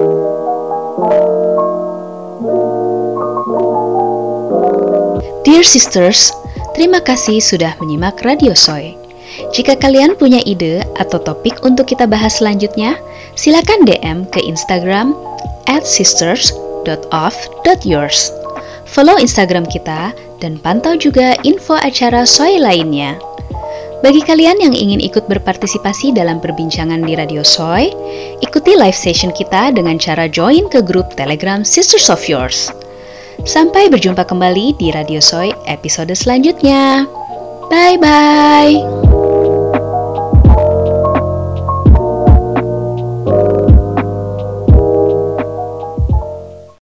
Dear Sisters, terima kasih sudah menyimak Radio Soy. Jika kalian punya ide atau topik untuk kita bahas selanjutnya, silakan D M ke Instagram at sisters dot of dot yours. Follow Instagram kita dan pantau juga info acara Soy lainnya. Bagi kalian yang ingin ikut berpartisipasi dalam perbincangan di Radio Soy, ikuti live session kita dengan cara join ke grup Telegram Sisters of Yours. Sampai berjumpa kembali di Radio Soy episode selanjutnya. Bye-bye.